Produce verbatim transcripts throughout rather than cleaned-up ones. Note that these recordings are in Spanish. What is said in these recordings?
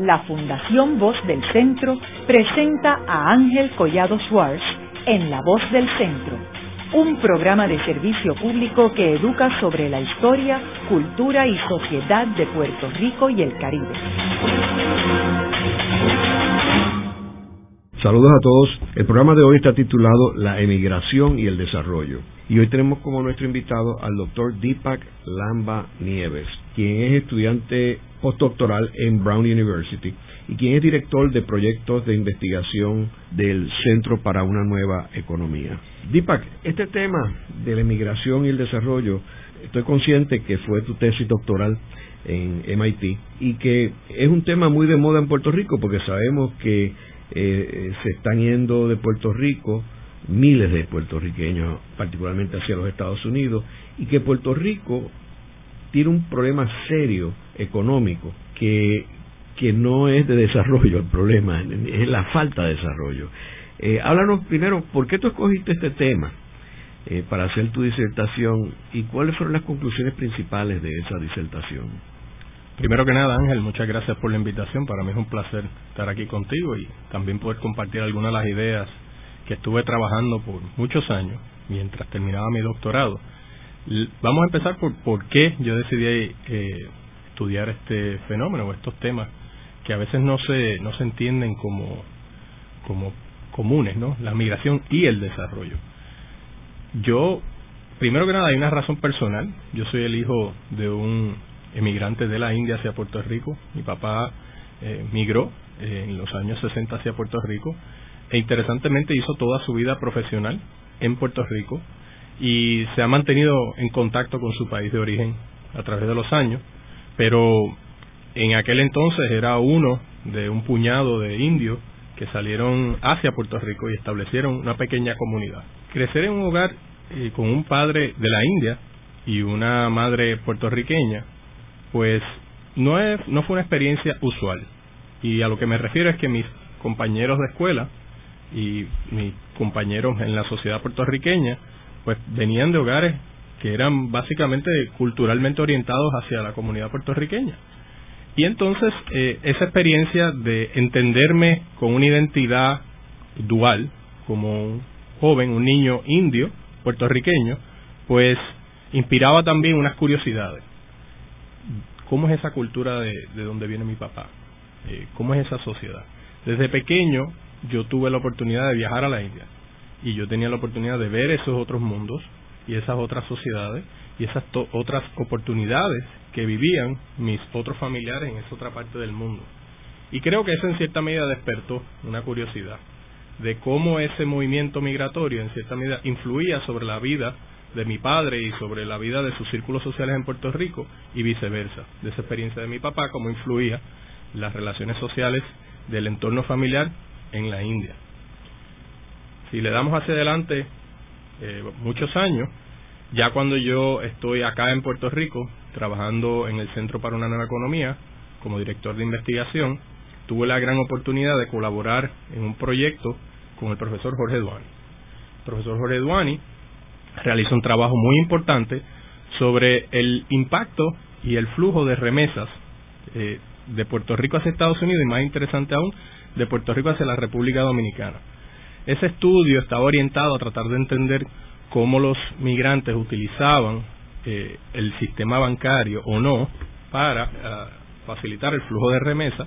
la Fundación Voz del Centro presenta a Ángel Collado Schwartz en La Voz del Centro, un programa de servicio público que educa sobre la historia, cultura y sociedad de Puerto Rico y el Caribe. Saludos a todos. El programa de hoy está titulado La emigración y el desarrollo. Y hoy tenemos como nuestro invitado al doctor Deepak Lamba Nieves, quien es estudiante postdoctoral en Brown University y quien es director de proyectos de investigación del Centro para una Nueva Economía. Deepak, este tema de la emigración y el desarrollo, estoy consciente que fue tu tesis doctoral en M I T y que es un tema muy de moda en Puerto Rico porque sabemos que Eh, se están yendo de Puerto Rico miles de puertorriqueños, particularmente hacia los Estados Unidos, y que Puerto Rico tiene un problema serio económico que, que no es de desarrollo el problema, es la falta de desarrollo. Eh, háblanos primero, ¿por qué tú escogiste este tema eh, para hacer tu disertación y cuáles fueron las conclusiones principales de esa disertación? Primero que nada, Ángel, muchas gracias por la invitación. Para mí es un placer estar aquí contigo y también poder compartir algunas de las ideas que estuve trabajando por muchos años mientras terminaba mi doctorado. Vamos a empezar por por qué yo decidí eh, estudiar este fenómeno o estos temas que a veces no se no se entienden como como comunes, ¿no? La migración y el desarrollo. Yo, primero que nada, hay una razón personal. Yo soy el hijo de un emigrante de la India hacia Puerto Rico. Mi papá eh, migró eh, en los años sesenta hacia Puerto Rico e interesantemente hizo toda su vida profesional en Puerto Rico y se ha mantenido en contacto con su país de origen a través de los años, pero en aquel entonces era uno de un puñado de indios que salieron hacia Puerto Rico y establecieron una pequeña comunidad. Crecer en un hogar eh, con un padre de la India y una madre puertorriqueña, pues no es no fue una experiencia usual. Y a lo que me refiero es que mis compañeros de escuela y mis compañeros en la sociedad puertorriqueña pues venían de hogares que eran básicamente culturalmente orientados hacia la comunidad puertorriqueña. Y entonces eh, esa experiencia de entenderme con una identidad dual como un joven, un niño indio puertorriqueño, pues inspiraba también unas curiosidades. ¿Cómo es esa cultura de, de donde viene mi papá? Eh, ¿Cómo es esa sociedad? Desde pequeño yo tuve la oportunidad de viajar a la India y yo tenía la oportunidad de ver esos otros mundos y esas otras sociedades y esas to- otras oportunidades que vivían mis otros familiares en esa otra parte del mundo. Y creo que eso en cierta medida despertó una curiosidad de cómo ese movimiento migratorio en cierta medida influía sobre la vida de mi padre y sobre la vida de sus círculos sociales en Puerto Rico y viceversa, de esa experiencia de mi papá, cómo influía las relaciones sociales del entorno familiar en la India. Si le damos hacia adelante eh, muchos años, ya cuando yo estoy acá en Puerto Rico, trabajando en el Centro para una Nueva Economía, como director de investigación, tuve la gran oportunidad de colaborar en un proyecto con el profesor Jorge Duani. El profesor Jorge Duani realiza un trabajo muy importante sobre el impacto y el flujo de remesas eh, de Puerto Rico hacia Estados Unidos y, más interesante aún, de Puerto Rico hacia la República Dominicana. Ese estudio estaba orientado a tratar de entender cómo los migrantes utilizaban eh, el sistema bancario o no para uh, facilitar el flujo de remesas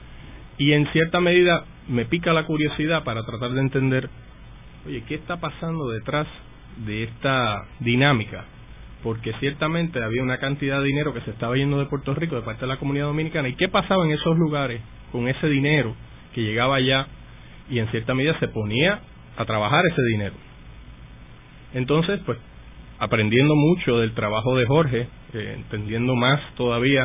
y en cierta medida me pica la curiosidad para tratar de entender, oye, ¿qué está pasando detrás de esta dinámica? Porque ciertamente había una cantidad de dinero que se estaba yendo de Puerto Rico de parte de la comunidad dominicana. ¿Y qué pasaba en esos lugares con ese dinero que llegaba allá y en cierta medida se ponía a trabajar ese dinero? Entonces, pues, aprendiendo mucho del trabajo de Jorge, eh, entendiendo más todavía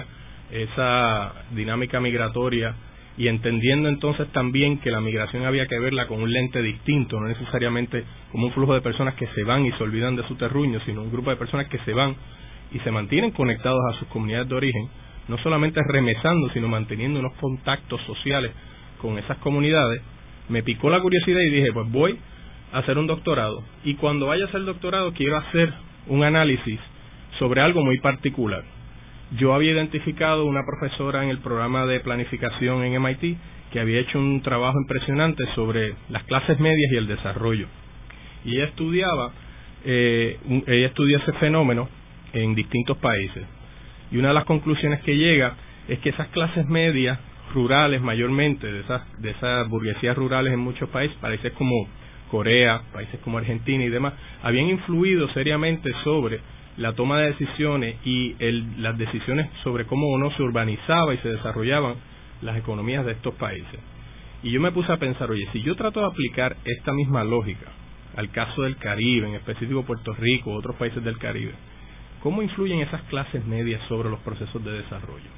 esa dinámica migratoria y entendiendo entonces también que la migración había que verla con un lente distinto, no necesariamente como un flujo de personas que se van y se olvidan de su terruño, sino un grupo de personas que se van y se mantienen conectados a sus comunidades de origen, no solamente remesando, sino manteniendo unos contactos sociales con esas comunidades. Me picó la curiosidad y dije, pues voy a hacer un doctorado, y cuando vaya a hacer el doctorado quiero hacer un análisis sobre algo muy particular, yo había identificado una profesora en el programa de planificación en M I T que había hecho un trabajo impresionante sobre las clases medias y el desarrollo. Y ella estudiaba, eh, ella estudia ese fenómeno en distintos países. Y una de las conclusiones que llega es que esas clases medias rurales, mayormente de esas de esas burguesías rurales en muchos países, países como Corea, países como Argentina y demás, habían influido seriamente sobre la toma de decisiones y el, las decisiones sobre cómo o no se urbanizaba y se desarrollaban las economías de estos países. Y yo me puse a pensar, oye, si yo trato de aplicar esta misma lógica al caso del Caribe, en específico Puerto Rico, otros países del Caribe, ¿cómo influyen esas clases medias sobre los procesos de desarrollo?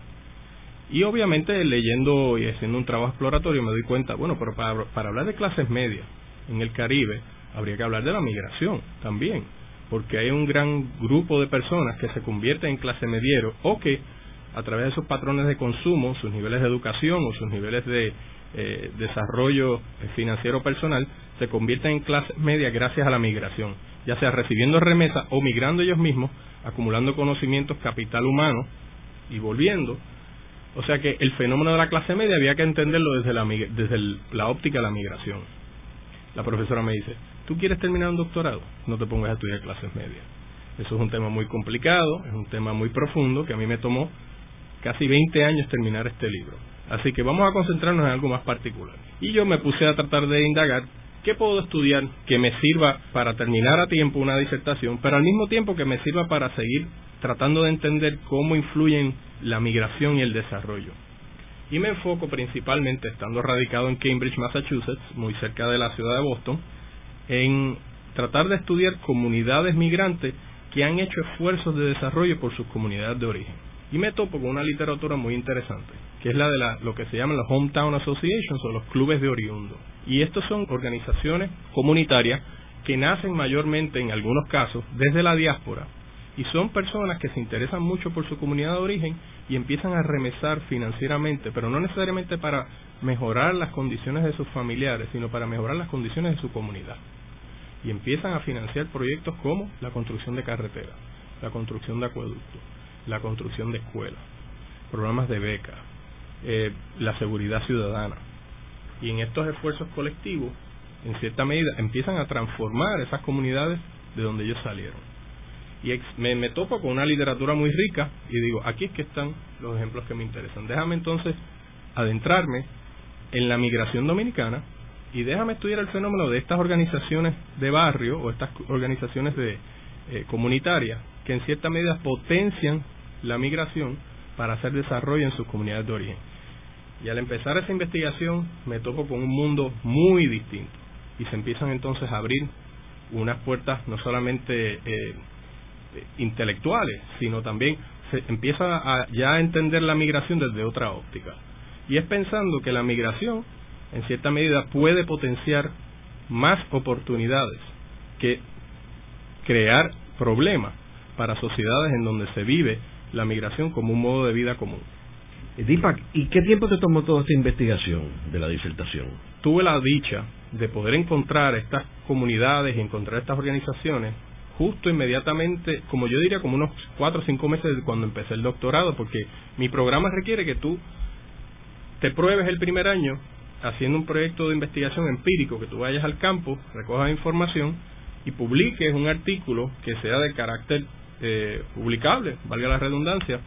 Y obviamente leyendo y haciendo un trabajo exploratorio me doy cuenta, bueno, pero para, para hablar de clases medias en el Caribe habría que hablar de la migración también, porque hay un gran grupo de personas que se convierten en clase mediero o que a través de sus patrones de consumo, sus niveles de educación o sus niveles de eh, desarrollo financiero personal se convierten en clase media gracias a la migración, ya sea recibiendo remesas o migrando ellos mismos, acumulando conocimientos, capital humano y volviendo. O sea que el fenómeno de la clase media había que entenderlo desde la, desde el, la óptica de la migración. La profesora me dice, ¿tú quieres terminar un doctorado? No te pongas a estudiar clases medias. Eso es un tema muy complicado, es un tema muy profundo que a mí me tomó casi veinte años terminar este libro. Así que vamos a concentrarnos en algo más particular. Y yo me puse a tratar de indagar qué puedo estudiar que me sirva para terminar a tiempo una disertación, pero al mismo tiempo que me sirva para seguir tratando de entender cómo influyen la migración y el desarrollo. Y me enfoco principalmente, estando radicado en Cambridge, Massachusetts, muy cerca de la ciudad de Boston, en tratar de estudiar comunidades migrantes que han hecho esfuerzos de desarrollo por sus comunidades de origen. Y me topo con una literatura muy interesante, que es la de la, lo que se llaman los Hometown Associations o los clubes de oriundo. Y estos son organizaciones comunitarias que nacen mayormente, en algunos casos, desde la diáspora, y son personas que se interesan mucho por su comunidad de origen y empiezan a remesar financieramente, pero no necesariamente para mejorar las condiciones de sus familiares, sino para mejorar las condiciones de su comunidad. Y empiezan a financiar proyectos como la construcción de carreteras, la construcción de acueductos, la construcción de escuelas, programas de becas, eh, la seguridad ciudadana. Y en estos esfuerzos colectivos, en cierta medida, empiezan a transformar esas comunidades de donde ellos salieron. Y ex, me, me topo con una literatura muy rica y digo, aquí es que están los ejemplos que me interesan. Déjame entonces adentrarme en la migración dominicana y déjame estudiar el fenómeno de estas organizaciones de barrio o estas organizaciones de eh, comunitarias que en cierta medida potencian la migración para hacer desarrollo en sus comunidades de origen. Y al empezar esa investigación me topo con un mundo muy distinto y se empiezan entonces a abrir unas puertas no solamente eh, intelectuales, sino también se empieza a ya a entender la migración desde otra óptica. Y es pensando que la migración en cierta medida puede potenciar más oportunidades que crear problemas para sociedades en donde se vive la migración como un modo de vida común. Deepak, ¿y qué tiempo te tomó toda esta investigación de la disertación? Tuve la dicha de poder encontrar estas comunidades y encontrar estas organizaciones justo inmediatamente, como yo diría, como unos cuatro o cinco meses desde cuando empecé el doctorado, porque mi programa requiere que tú te pruebes el primer año haciendo un proyecto de investigación empírico, que tú vayas al campo, recojas información y publiques un artículo que sea de carácter eh, publicable, valga la redundancia,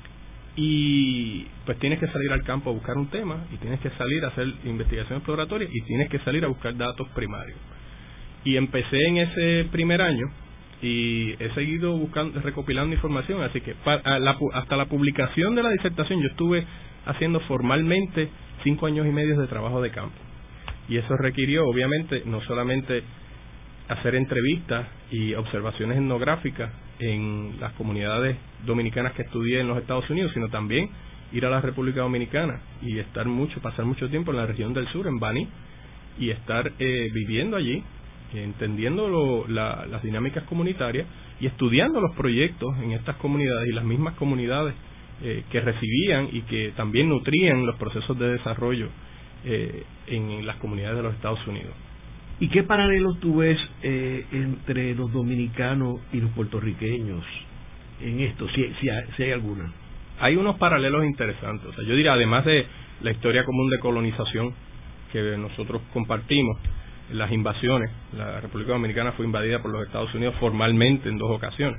y pues tienes que salir al campo a buscar un tema y tienes que salir a hacer investigación exploratoria y tienes que salir a buscar datos primarios. Y empecé en ese primer año y he seguido buscando, recopilando información, así que para la, hasta la publicación de la disertación yo estuve haciendo formalmente cinco años y medio de trabajo de campo. Y eso requirió, obviamente, no solamente hacer entrevistas y observaciones etnográficas en las comunidades dominicanas que estudié en los Estados Unidos, sino también ir a la República Dominicana y estar mucho, pasar mucho tiempo en la región del sur, en Baní, y estar eh, viviendo allí, entendiendo lo, la, las dinámicas comunitarias y estudiando los proyectos en estas comunidades y las mismas comunidades eh, que recibían y que también nutrían los procesos de desarrollo eh, en, en las comunidades de los Estados Unidos. ¿Y qué paralelos tú ves eh, entre los dominicanos y los puertorriqueños en esto, si, si, hay, si hay alguna? hay unos paralelos interesantes. O sea, yo diría, además de la historia común de colonización que nosotros compartimos, las invasiones, la República Dominicana fue invadida por los Estados Unidos formalmente en dos ocasiones,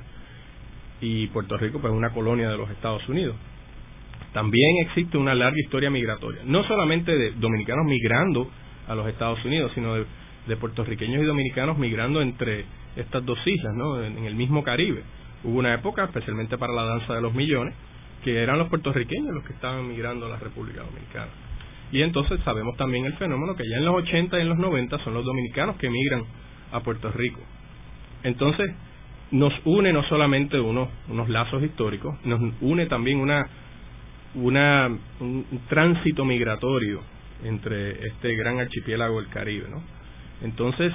y Puerto Rico pues es una colonia de los Estados Unidos. También existe una larga historia migratoria, no solamente de dominicanos migrando a los Estados Unidos, sino de, de puertorriqueños y dominicanos migrando entre estas dos islas, ¿no? En, en el mismo Caribe. Hubo una época, especialmente para la danza de los millones, que eran los puertorriqueños los que estaban migrando a la República Dominicana. Y entonces sabemos también el fenómeno que ya en los ochenta y en los noventa son los dominicanos que migran a Puerto Rico. Entonces nos une no solamente unos, unos lazos históricos, nos une también una, una un, un tránsito migratorio entre este gran archipiélago del Caribe, ¿no? Entonces,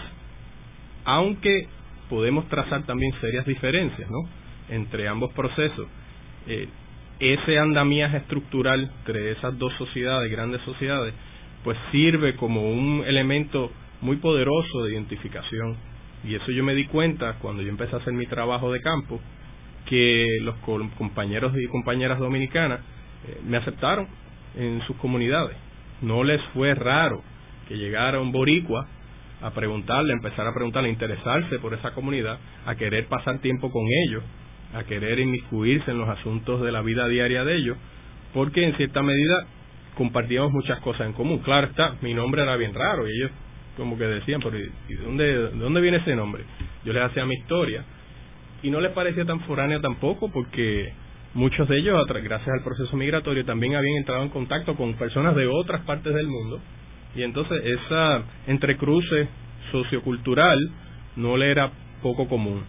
aunque podemos trazar también serias diferencias, ¿no?, entre ambos procesos, eh, ese andamiaje estructural entre esas dos sociedades, grandes sociedades, pues sirve como un elemento muy poderoso de identificación. Y eso yo me di cuenta cuando yo empecé a hacer mi trabajo de campo, que los compañeros y compañeras dominicanas eh, me aceptaron en sus comunidades. No les fue raro que llegara un boricua a preguntarle, a empezar a preguntarle, a interesarse por esa comunidad, a querer pasar tiempo con ellos, a querer inmiscuirse en los asuntos de la vida diaria de ellos, porque en cierta medida compartíamos muchas cosas en común. Claro está, mi nombre era bien raro y ellos como que decían, pero ¿y de dónde, de dónde viene ese nombre? Yo les hacía mi historia y no les parecía tan foránea tampoco, porque muchos de ellos, gracias al proceso migratorio, también habían entrado en contacto con personas de otras partes del mundo, y entonces esa entrecruce sociocultural no le era poco común.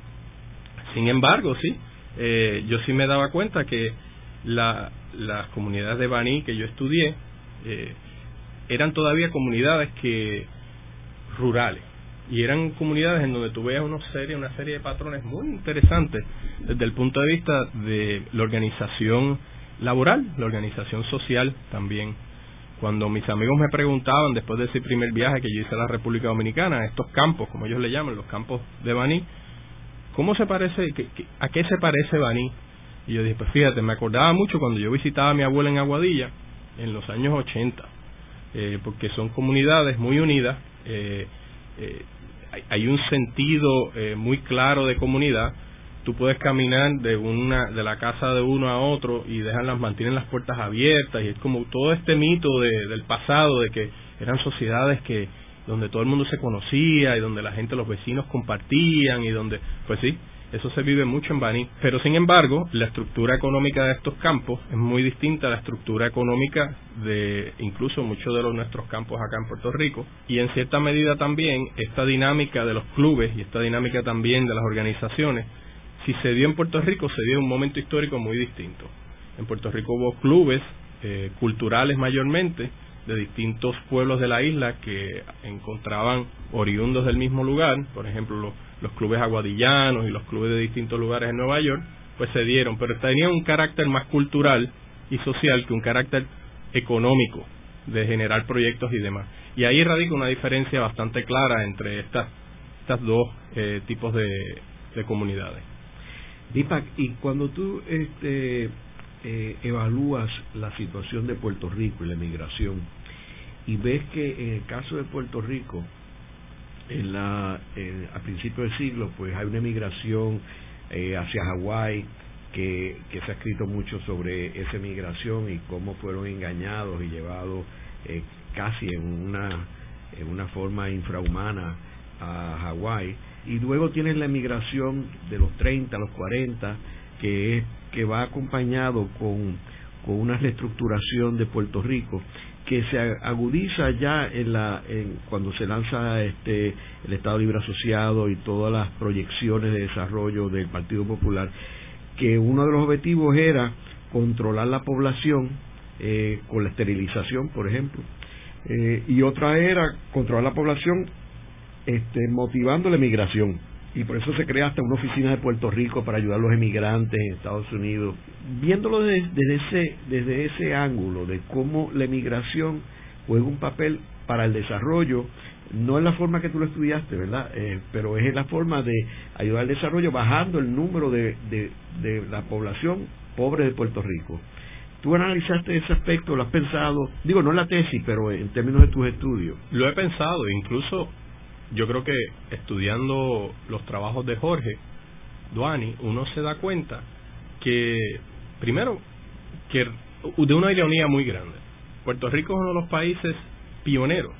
Sin embargo, sí, eh, yo sí me daba cuenta que la, las comunidades de Baní que yo estudié eh, eran todavía comunidades que rurales, y eran comunidades en donde tú veas una serie, una serie de patrones muy interesantes desde el punto de vista de la organización laboral, la organización social también. Cuando mis amigos me preguntaban, después de ese primer viaje que yo hice a la República Dominicana, estos campos, como ellos le llaman, los campos de Baní, ¿cómo se parece, qué, qué, a qué se parece Baní? Y yo dije, pues fíjate, me acordaba mucho cuando yo visitaba a mi abuela en Aguadilla, en los años ochenta, eh, porque son comunidades muy unidas, eh, eh, hay, hay un sentido eh, muy claro de comunidad. Tú puedes caminar de una de la casa de uno a otro y dejan las mantienen las puertas abiertas, y es como todo este mito de, del pasado, de que eran sociedades que donde todo el mundo se conocía y donde la gente, los vecinos compartían, y donde, pues sí, eso se vive mucho en Baní. Pero sin embargo, la estructura económica de estos campos es muy distinta a la estructura económica de incluso muchos de los nuestros campos acá en Puerto Rico, y en cierta medida también esta dinámica de los clubes y esta dinámica también de las organizaciones, si se dio en Puerto Rico, se dio en un momento histórico muy distinto. En Puerto Rico hubo clubes eh, culturales mayormente, de distintos pueblos de la isla que encontraban oriundos del mismo lugar, por ejemplo los, los clubes aguadillanos y los clubes de distintos lugares en Nueva York, pues se dieron, pero tenían un carácter más cultural y social que un carácter económico, de generar proyectos y demás. Y ahí radica una diferencia bastante clara entre estas, estas dos eh, tipos de, de comunidades. Deepak, y cuando tú este, eh, evalúas la situación de Puerto Rico y la migración, y ves que en el caso de Puerto Rico, en la, en, a principios del siglo, pues hay una migración eh, hacia Hawái, que, que se ha escrito mucho sobre esa migración y cómo fueron engañados y llevados eh, casi en una, en una forma infrahumana a Hawái. Y luego tienes la migración de los treinta a los cuarenta, que es, que va acompañado con, con una reestructuración de Puerto Rico, que se agudiza ya en la en, cuando se lanza este el Estado Libre Asociado y todas las proyecciones de desarrollo del Partido Popular, que uno de los objetivos era controlar la población eh, con la esterilización, por ejemplo, eh, y otra era controlar la población Este, motivando la emigración, y por eso se crea hasta una oficina de Puerto Rico para ayudar a los emigrantes en Estados Unidos. Viéndolo desde, desde ese desde ese ángulo de cómo la emigración juega un papel para el desarrollo, no es la forma que tú lo estudiaste, ¿verdad? Eh, pero es la forma de ayudar al desarrollo bajando el número de, de, de la población pobre de Puerto Rico. ¿Tú analizaste ese aspecto? ¿Lo has pensado? Digo, no en la tesis, pero en términos de tus estudios. Lo he pensado, incluso yo creo que estudiando los trabajos de Jorge Duany, uno se da cuenta que, primero, que de una ironía muy grande. Puerto Rico es uno de los países pioneros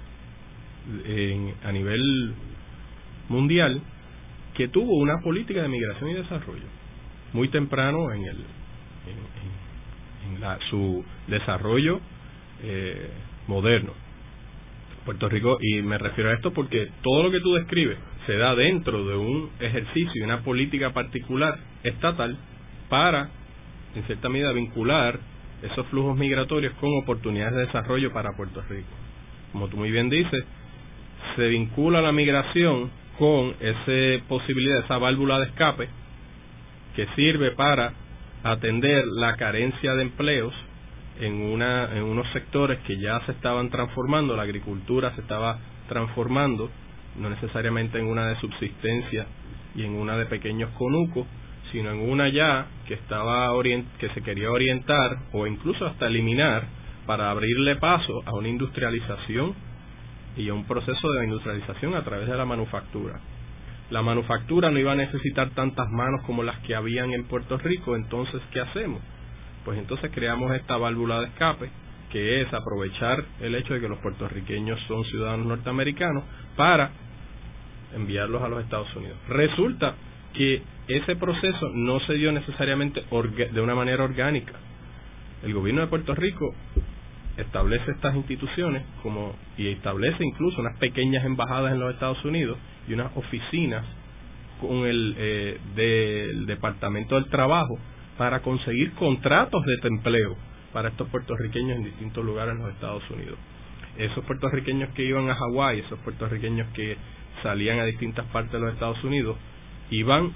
en, a nivel mundial que tuvo una política de migración y desarrollo muy temprano en el en, en, en la, su desarrollo eh, moderno. Puerto Rico, y me refiero a esto porque todo lo que tú describes se da dentro de un ejercicio y una política particular estatal para, en cierta medida, vincular esos flujos migratorios con oportunidades de desarrollo para Puerto Rico. Como tú muy bien dices, se vincula la migración con esa posibilidad, esa válvula de escape que sirve para atender la carencia de empleos en una en unos sectores que ya se estaban transformando, la agricultura se estaba transformando, no necesariamente en una de subsistencia y en una de pequeños conucos, sino en una ya que estaba orient, que se quería orientar o incluso hasta eliminar para abrirle paso a una industrialización y a un proceso de industrialización a través de la manufactura. La manufactura no iba a necesitar tantas manos como las que habían en Puerto Rico, entonces ¿qué hacemos? Pues entonces creamos esta válvula de escape, que es aprovechar el hecho de que los puertorriqueños son ciudadanos norteamericanos para enviarlos a los Estados Unidos. Resulta que ese proceso no se dio necesariamente de una manera orgánica. El gobierno de Puerto Rico establece estas instituciones como y establece incluso unas pequeñas embajadas en los Estados Unidos y unas oficinas con el eh, del Departamento del Trabajo para conseguir contratos de empleo para estos puertorriqueños en distintos lugares en los Estados Unidos. Esos puertorriqueños que iban a Hawái, esos puertorriqueños que salían a distintas partes de los Estados Unidos, iban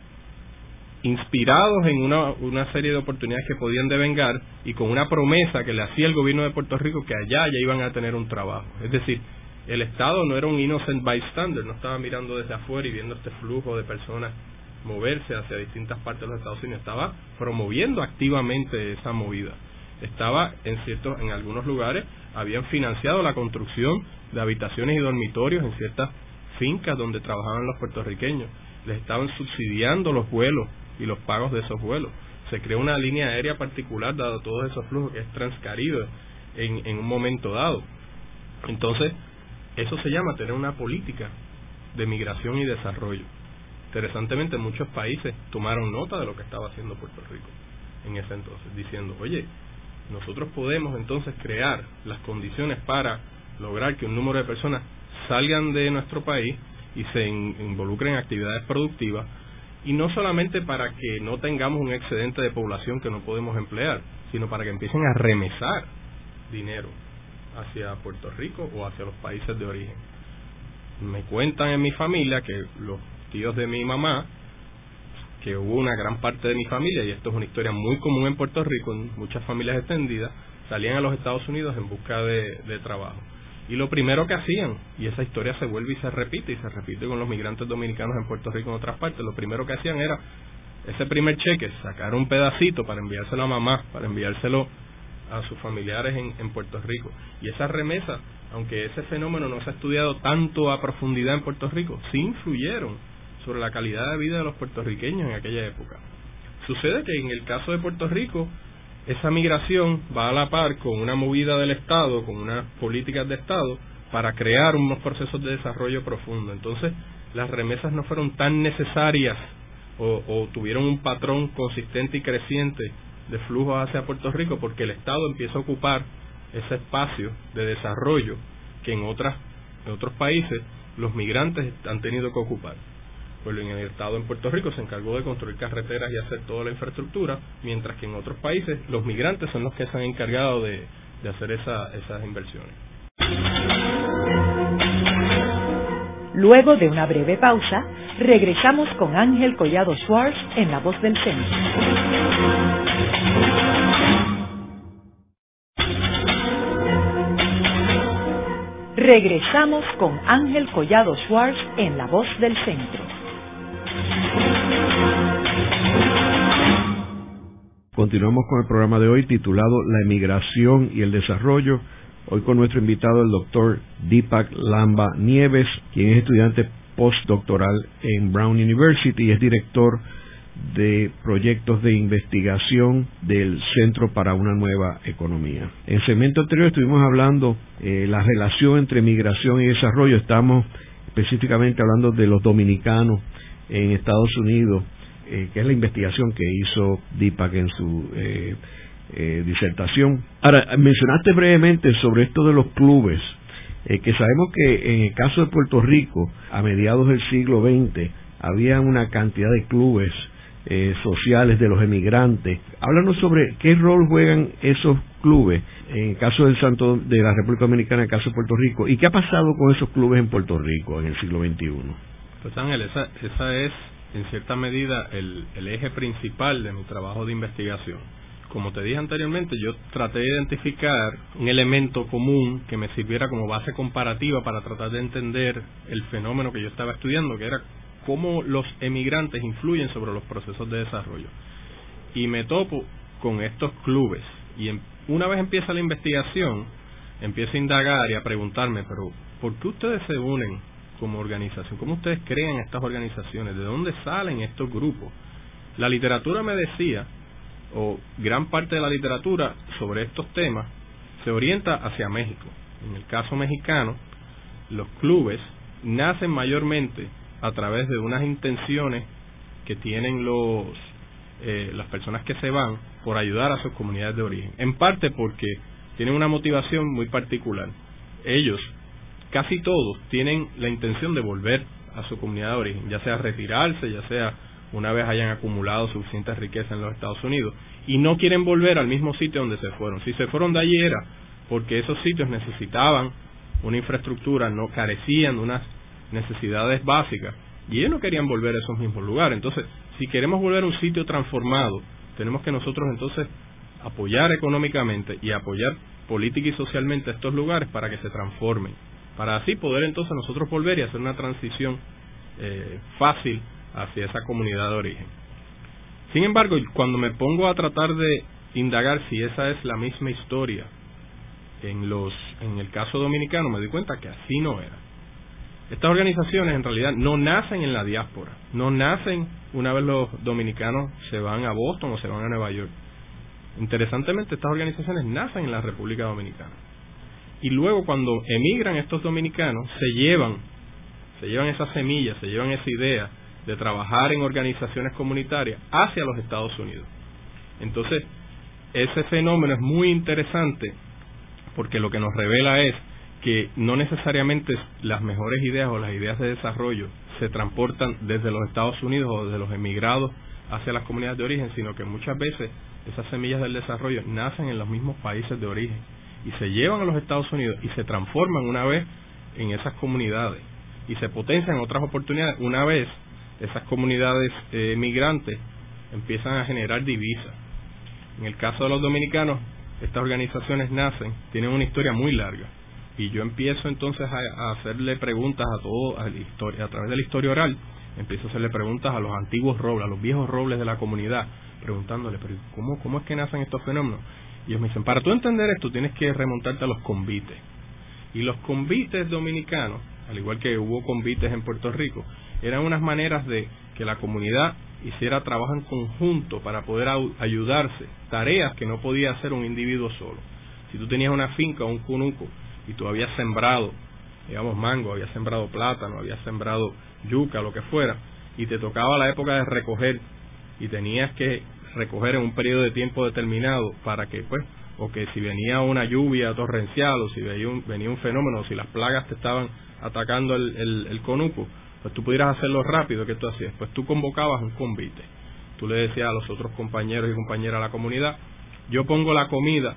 inspirados en una, una serie de oportunidades que podían devengar y con una promesa que le hacía el gobierno de Puerto Rico que allá ya iban a tener un trabajo. Es decir, el Estado no era un innocent bystander, no estaba mirando desde afuera y viendo este flujo de personas moverse hacia distintas partes de los Estados Unidos, estaba promoviendo activamente esa movida. Estaba en ciertos, en algunos lugares habían financiado la construcción de habitaciones y dormitorios en ciertas fincas donde trabajaban los puertorriqueños, les estaban subsidiando los vuelos y los pagos de esos vuelos. Se creó una línea aérea particular dado todos esos flujos que es Transcaribe en, en un momento dado. Entonces, eso se llama tener una política de migración y desarrollo. Interesantemente, muchos países tomaron nota de lo que estaba haciendo Puerto Rico en ese entonces, diciendo, oye, nosotros podemos entonces crear las condiciones para lograr que un número de personas salgan de nuestro país y se in, involucren en actividades productivas, y no solamente para que no tengamos un excedente de población que no podemos emplear, sino para que empiecen a remesar dinero hacia Puerto Rico o hacia los países de origen. Me cuentan en mi familia que los tíos de mi mamá, que hubo una gran parte de mi familia, y esto es una historia muy común en Puerto Rico, en muchas familias extendidas, salían a los Estados Unidos en busca de, de trabajo. Y lo primero que hacían, y esa historia se vuelve y se repite, y se repite con los migrantes dominicanos en Puerto Rico y en otras partes, lo primero que hacían era ese primer cheque, sacar un pedacito para enviárselo a mamá, para enviárselo a sus familiares en, en Puerto Rico. Y esa remesa, aunque ese fenómeno no se ha estudiado tanto a profundidad en Puerto Rico, sí influyeron sobre la calidad de vida de los puertorriqueños en aquella época. Sucede que en el caso de Puerto Rico, esa migración va a la par con una movida del Estado, con unas políticas de Estado, para crear unos procesos de desarrollo profundo. Entonces, las remesas no fueron tan necesarias o, o tuvieron un patrón consistente y creciente de flujos hacia Puerto Rico, porque el Estado empieza a ocupar ese espacio de desarrollo que en otras en otros países los migrantes han tenido que ocupar. Pues en el Estado en Puerto Rico se encargó de construir carreteras y hacer toda la infraestructura, mientras que en otros países los migrantes son los que se han encargado de, de hacer esa, esas inversiones. Luego de una breve pausa, regresamos con Ángel Collado Schwartz en La Voz del Centro. Regresamos con Ángel Collado Schwartz en La Voz del Centro. Continuamos con el programa de hoy titulado La emigración y el desarrollo. Hoy con nuestro invitado, el doctor Deepak Lamba Nieves, quien es estudiante postdoctoral en Brown University y es director de proyectos de investigación del Centro para una Nueva Economía. En el segmento anterior estuvimos hablando de eh, la relación entre migración y desarrollo. Estamos específicamente hablando de los dominicanos en Estados Unidos, eh, que es la investigación que hizo Deepak en su eh, eh, disertación. Ahora, mencionaste brevemente sobre esto de los clubes, eh, que sabemos que en el caso de Puerto Rico, a mediados del siglo veinte, había una cantidad de clubes eh, sociales de los emigrantes. Háblanos sobre qué rol juegan esos clubes en el caso del Santo de la República Dominicana, en el caso de Puerto Rico, y qué ha pasado con esos clubes en Puerto Rico en el siglo veintiuno. Pues Ángel, esa, esa es en cierta medida el, el eje principal de mi trabajo de investigación. Como te dije anteriormente, yo traté de identificar un elemento común que me sirviera como base comparativa para tratar de entender el fenómeno que yo estaba estudiando, que era cómo los emigrantes influyen sobre los procesos de desarrollo. Y me topo con estos clubes. Y en, una vez empieza la investigación, empiezo a indagar y a preguntarme, pero ¿por qué ustedes se unen como organización? ¿Cómo ustedes crean estas organizaciones? ¿De dónde salen estos grupos? La literatura me decía, o gran parte de la literatura sobre estos temas, se orienta hacia México. En el caso mexicano, los clubes nacen mayormente a través de unas intenciones que tienen los eh, las personas que se van por ayudar a sus comunidades de origen. En parte porque tienen una motivación muy particular. Ellos, casi todos, tienen la intención de volver a su comunidad de origen, ya sea retirarse, ya sea una vez hayan acumulado suficiente riqueza en los Estados Unidos, y no quieren volver al mismo sitio donde se fueron. Si se fueron de allí era porque esos sitios necesitaban una infraestructura, no carecían de unas necesidades básicas, y ellos no querían volver a esos mismos lugares. Entonces, si queremos volver a un sitio transformado, tenemos que nosotros entonces apoyar económicamente y apoyar política y socialmente a estos lugares para que se transformen, para así poder entonces nosotros volver y hacer una transición eh, fácil hacia esa comunidad de origen. Sin embargo, cuando me pongo a tratar de indagar si esa es la misma historia en los en el caso dominicano, me doy cuenta que así no era. Estas organizaciones en realidad no nacen en la diáspora, no nacen una vez los dominicanos se van a Boston o se van a Nueva York. Interesantemente, estas organizaciones nacen en la República Dominicana. Y luego cuando emigran estos dominicanos, se llevan, se llevan esas semillas, se llevan esa idea de trabajar en organizaciones comunitarias hacia los Estados Unidos. Entonces, ese fenómeno es muy interesante porque lo que nos revela es que no necesariamente las mejores ideas o las ideas de desarrollo se transportan desde los Estados Unidos o desde los emigrados hacia las comunidades de origen, sino que muchas veces esas semillas del desarrollo nacen en los mismos países de origen y se llevan a los Estados Unidos y se transforman una vez en esas comunidades y se potencian en otras oportunidades una vez esas comunidades eh, migrantes empiezan a generar divisas. En el caso de los dominicanos, estas organizaciones nacen, tienen una historia muy larga, y yo empiezo entonces a, a hacerle preguntas a todo, a, la historia, a través de la historia oral, empiezo a hacerle preguntas a los antiguos robles, a los viejos robles de la comunidad, preguntándole, pero ¿cómo, cómo es que nacen estos fenómenos? Y ellos me dicen, para tú entender esto tienes que remontarte a los convites. Y los convites dominicanos, al igual que hubo convites en Puerto Rico, eran unas maneras de que la comunidad hiciera trabajo en conjunto para poder ayudarse, tareas que no podía hacer un individuo solo. Si tú tenías una finca o un cunuco y tú habías sembrado, digamos, mango, habías sembrado plátano, habías sembrado yuca, lo que fuera, y te tocaba la época de recoger y tenías que recoger en un periodo de tiempo determinado para que, pues, o que si venía una lluvia torrencial o si venía un, venía un fenómeno, o si las plagas te estaban atacando el, el, el conuco, pues tú pudieras hacerlo rápido. ¿Qué tú hacías? Pues tú convocabas un convite. Tú le decías a los otros compañeros y compañeras de la comunidad, yo pongo la comida,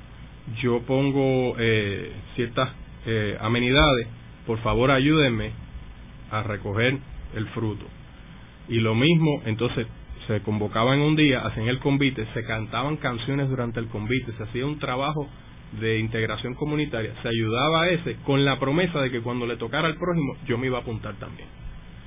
yo pongo eh, ciertas eh, amenidades, por favor ayúdenme a recoger el fruto. Y lo mismo, entonces, se convocaban un día, hacían el convite, se cantaban canciones durante el convite, se hacía un trabajo de integración comunitaria, se ayudaba a ese con la promesa de que cuando le tocara al prójimo yo me iba a apuntar también.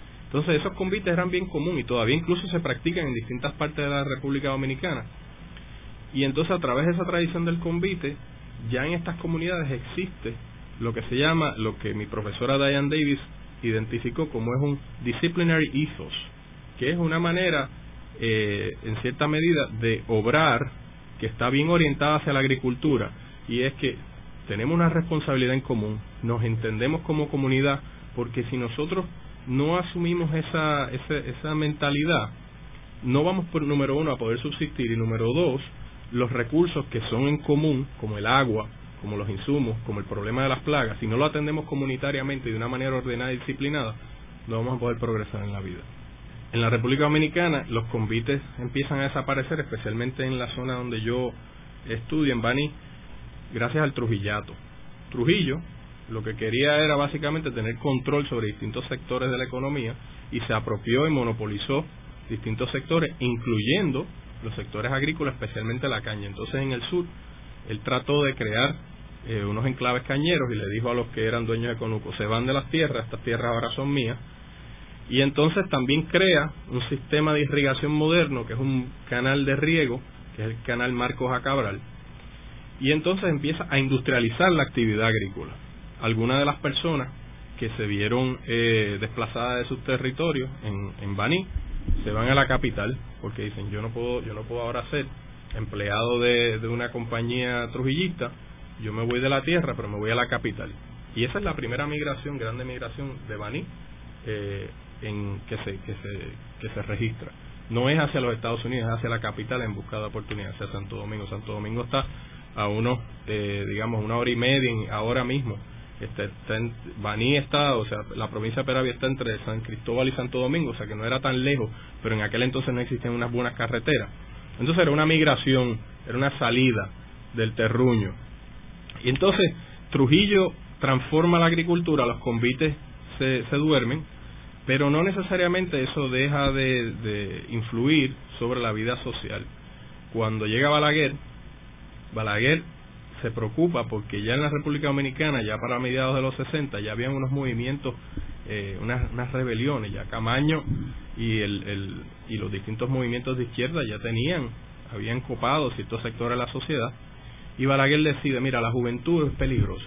Entonces esos convites eran bien comunes y todavía incluso se practican en distintas partes de la República Dominicana. Y entonces a través de esa tradición del convite, ya en estas comunidades existe lo que se llama, lo que mi profesora Diane Davis identificó como es un disciplinary ethos, que es una manera, eh, en cierta medida, de obrar que está bien orientada hacia la agricultura, y es que tenemos una responsabilidad en común, nos entendemos como comunidad, porque si nosotros no asumimos esa, esa, esa mentalidad, no vamos, por número uno, a poder subsistir, y número dos, los recursos que son en común, como el agua, como los insumos, como el problema de las plagas, si no lo atendemos comunitariamente y de una manera ordenada y disciplinada, no vamos a poder progresar en la vida. En la República Dominicana los convites empiezan a desaparecer, especialmente en la zona donde yo estudio, en Baní, gracias al trujillato. Trujillo lo que quería era básicamente tener control sobre distintos sectores de la economía y se apropió y monopolizó distintos sectores, incluyendo los sectores agrícolas, especialmente la caña. Entonces en el sur él trató de crear eh, unos enclaves cañeros y le dijo a los que eran dueños de conuco, se van de las tierras, estas tierras ahora son mías. Y entonces también crea un sistema de irrigación moderno, que es un canal de riego, que es el canal Marcos A. Cabral, y entonces empieza a industrializar la actividad agrícola. Algunas de las personas que se vieron eh, desplazadas de sus territorios en, en Baní se van a la capital porque dicen yo no puedo yo no puedo ahora ser empleado de, de una compañía trujillista, yo me voy de la tierra pero me voy a la capital. Y esa es la primera migración, grande migración de Baní eh, en que se que se que se registra. No es hacia los Estados Unidos, es hacia la capital en busca de oportunidades, hacia Santo Domingo. Santo Domingo está a unos, eh, digamos, una hora y media ahora mismo. Este, está en, Baní está, o sea, la provincia de Peravia está entre San Cristóbal y Santo Domingo, o sea que no era tan lejos, pero en aquel entonces no existían unas buenas carreteras. Entonces era una migración, era una salida del terruño. Y entonces Trujillo transforma la agricultura, los convites se, se duermen, pero no necesariamente eso deja de, de influir sobre la vida social. Cuando llega Balaguer, Balaguer se preocupa porque ya en la República Dominicana, ya para mediados de los sesenta, ya habían unos movimientos, eh, unas, unas rebeliones, ya Camaño y, el, el, y los distintos movimientos de izquierda ya tenían, habían copado ciertos sectores de la sociedad, y Balaguer decide, mira, la juventud es peligrosa,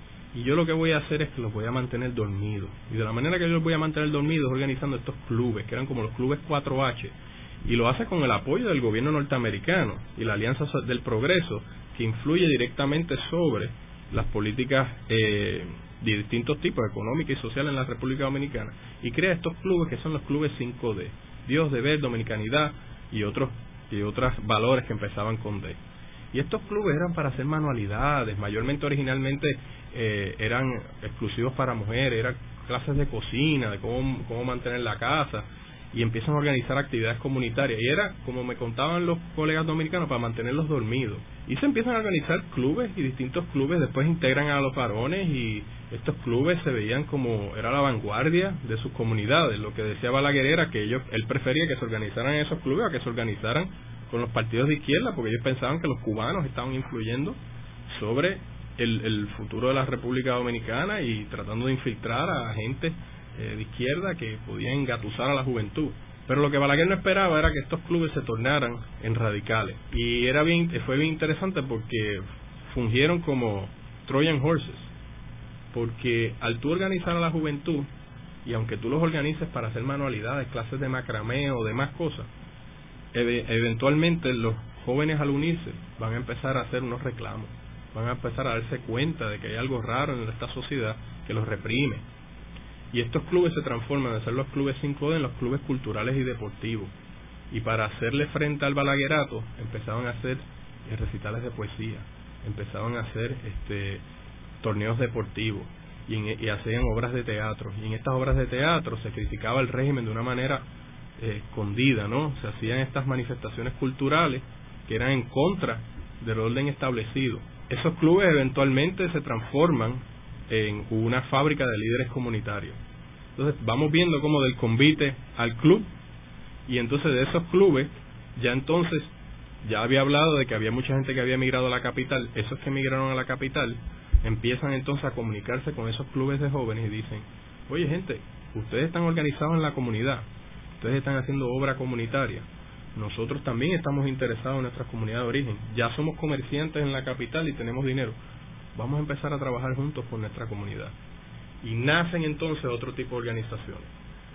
y yo lo que voy a hacer es que los voy a mantener dormidos, y de la manera que yo los voy a mantener dormidos es organizando estos clubes, que eran como los clubes cuatro H, y lo hace con el apoyo del gobierno norteamericano y la Alianza del Progreso, que influye directamente sobre las políticas eh, de distintos tipos, económicas y sociales en la República Dominicana, y crea estos clubes que son los clubes cinco D, Dios, deber, dominicanidad y otros y otros valores que empezaban con D. Y estos clubes eran para hacer manualidades, mayormente originalmente eh, eran exclusivos para mujeres, eran clases de cocina, de cómo, cómo mantener la casa, y empiezan a organizar actividades comunitarias, y era, como me contaban los colegas dominicanos, para mantenerlos dormidos. Y se empiezan a organizar clubes, y distintos clubes después integran a los varones, y estos clubes se veían como, era la vanguardia de sus comunidades. Lo que decía Balaguer era que ellos, él prefería que se organizaran esos clubes a que se organizaran con los partidos de izquierda, porque ellos pensaban que los cubanos estaban influyendo sobre el, el futuro de la República Dominicana y tratando de infiltrar a gente Eh, de izquierda que podían engatusar a la juventud. Pero lo que Balaguer no esperaba era que estos clubes se tornaran en radicales, y era bien fue bien interesante porque fungieron como Trojan Horses, porque al tú organizar a la juventud, y aunque tú los organices para hacer manualidades, clases de macramé o demás cosas, ev- eventualmente los jóvenes al unirse van a empezar a hacer unos reclamos, van a empezar a darse cuenta de que hay algo raro en esta sociedad que los reprime. Y estos clubes se transforman de ser los clubes cinco D en los clubes culturales y deportivos. Y para hacerle frente al balaguerato, empezaban a hacer recitales de poesía, empezaban a hacer este torneos deportivos, y, en, y hacían obras de teatro. Y en estas obras de teatro se criticaba el régimen de una manera eh, escondida, ¿no? Se hacían estas manifestaciones culturales que eran en contra del orden establecido. Esos clubes eventualmente se transforman en una fábrica de líderes comunitarios. Entonces vamos viendo como del convite al club, y entonces de esos clubes ya entonces ya había hablado de que había mucha gente que había emigrado a la capital. Esos que emigraron a la capital empiezan entonces a comunicarse con esos clubes de jóvenes y dicen, oye gente, ustedes están organizados en la comunidad, ustedes están haciendo obra comunitaria, nosotros también estamos interesados en nuestras comunidades de origen. Ya somos comerciantes en la capital y tenemos dinero. Vamos a empezar a trabajar juntos con nuestra comunidad. Y nacen entonces otro tipo de organizaciones.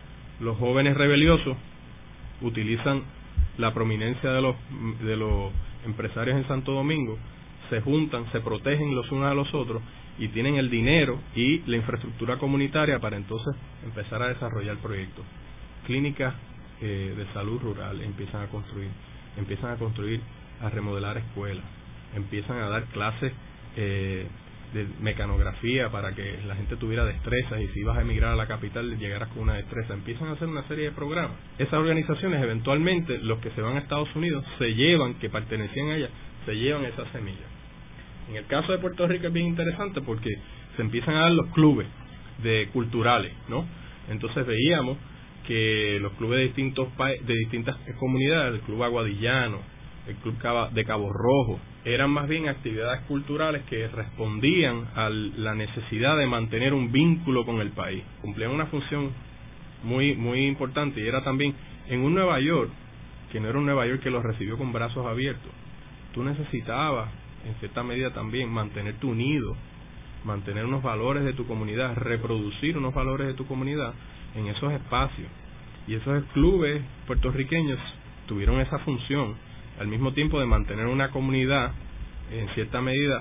Los jóvenes rebeliosos utilizan la prominencia de los, de los empresarios en Santo Domingo, se juntan, se protegen los unos a los otros y tienen el dinero y la infraestructura comunitaria para entonces empezar a desarrollar proyectos. Clínicas eh, de salud rural empiezan a construir, empiezan a construir, a remodelar escuelas, empiezan a dar clases eh, de mecanografía para que la gente tuviera destrezas y si ibas a emigrar a la capital llegaras con una destreza. Empiezan a hacer una serie de programas. Esas organizaciones eventualmente, los que se van a Estados Unidos, se llevan, que pertenecían a ellas, se llevan esas semillas. En el caso de Puerto Rico es bien interesante porque se empiezan a dar los clubes de culturales, ¿no? Entonces veíamos que los clubes de distintos de distintas comunidades, el Club Aguadillano, el Club de Cabo Rojo, eran más bien actividades culturales que respondían a la necesidad de mantener un vínculo con el país. Cumplían una función muy muy importante y era también en un Nueva York, que no era un Nueva York que los recibió con brazos abiertos. Tú necesitabas, en cierta medida también, mantenerte unido, mantener unos valores de tu comunidad, reproducir unos valores de tu comunidad en esos espacios. Y esos clubes puertorriqueños tuvieron esa función, al mismo tiempo de mantener una comunidad, en cierta medida,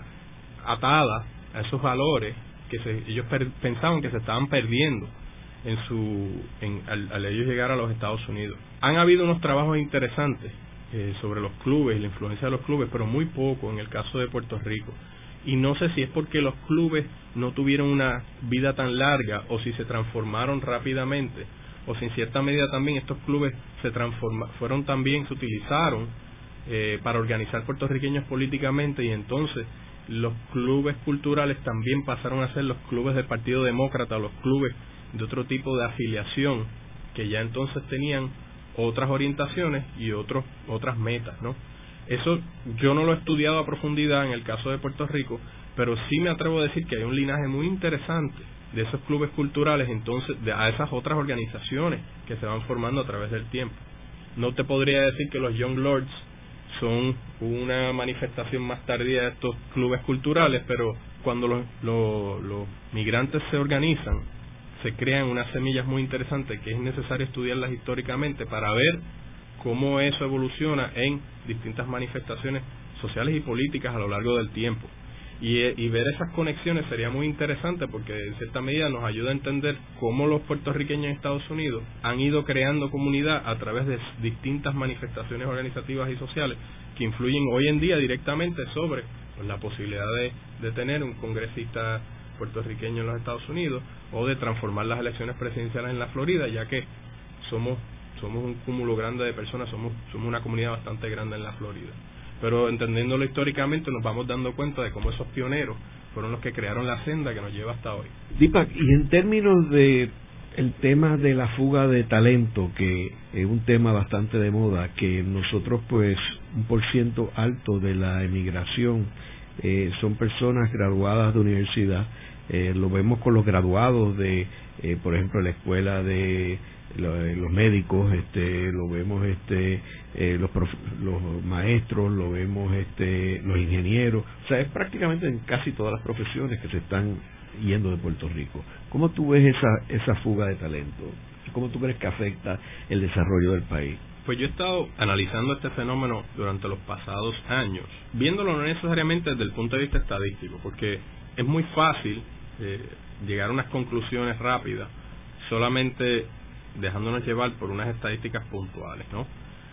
atada a esos valores que se, ellos per, pensaban que se estaban perdiendo en su en, al, al ellos llegar a los Estados Unidos. Han habido unos trabajos interesantes eh, sobre los clubes y la influencia de los clubes, pero muy poco en el caso de Puerto Rico. Y no sé si es porque los clubes no tuvieron una vida tan larga o si se transformaron rápidamente, o si en cierta medida también estos clubes se transforma, fueron también, se utilizaron eh, para organizar puertorriqueños políticamente y entonces los clubes culturales también pasaron a ser los clubes del Partido Demócrata, los clubes de otro tipo de afiliación que ya entonces tenían otras orientaciones y otros otras metas, ¿no? Eso yo no lo he estudiado a profundidad en el caso de Puerto Rico, pero sí me atrevo a decir que hay un linaje muy interesante de esos clubes culturales, entonces, de, a esas otras organizaciones que se van formando a través del tiempo. No te podría decir que los Young Lords son una manifestación más tardía de estos clubes culturales, pero cuando los, los, los migrantes se organizan, se crean unas semillas muy interesantes que es necesario estudiarlas históricamente para ver cómo eso evoluciona en distintas manifestaciones sociales y políticas a lo largo del tiempo. Y, y ver esas conexiones sería muy interesante porque en cierta medida nos ayuda a entender cómo los puertorriqueños en Estados Unidos han ido creando comunidad a través de distintas manifestaciones organizativas y sociales que influyen hoy en día directamente sobre pues, la posibilidad de, de tener un congresista puertorriqueño en los Estados Unidos o de transformar las elecciones presidenciales en la Florida, ya que somos somos un cúmulo grande de personas, somos somos una comunidad bastante grande en la Florida. Pero entendiéndolo históricamente nos vamos dando cuenta de cómo esos pioneros fueron los que crearon la senda que nos lleva hasta hoy. Deepak, y en términos de el tema de la fuga de talento, que es un tema bastante de moda, que nosotros pues un por ciento alto de la emigración eh, son personas graduadas de universidad, eh, lo vemos con los graduados de, eh, por ejemplo, la escuela de los médicos, este, lo vemos este, eh, los, prof, los maestros, lo vemos este, los ingenieros, o sea, es prácticamente en casi todas las profesiones que se están yendo de Puerto Rico. ¿Cómo tú ves esa esa fuga de talento? ¿Cómo tú crees que afecta el desarrollo del país? Pues yo he estado analizando este fenómeno durante los pasados años, viéndolo no necesariamente desde el punto de vista estadístico, porque es muy fácil eh, llegar a unas conclusiones rápidas solamente dejándonos llevar por unas estadísticas puntuales, ¿no?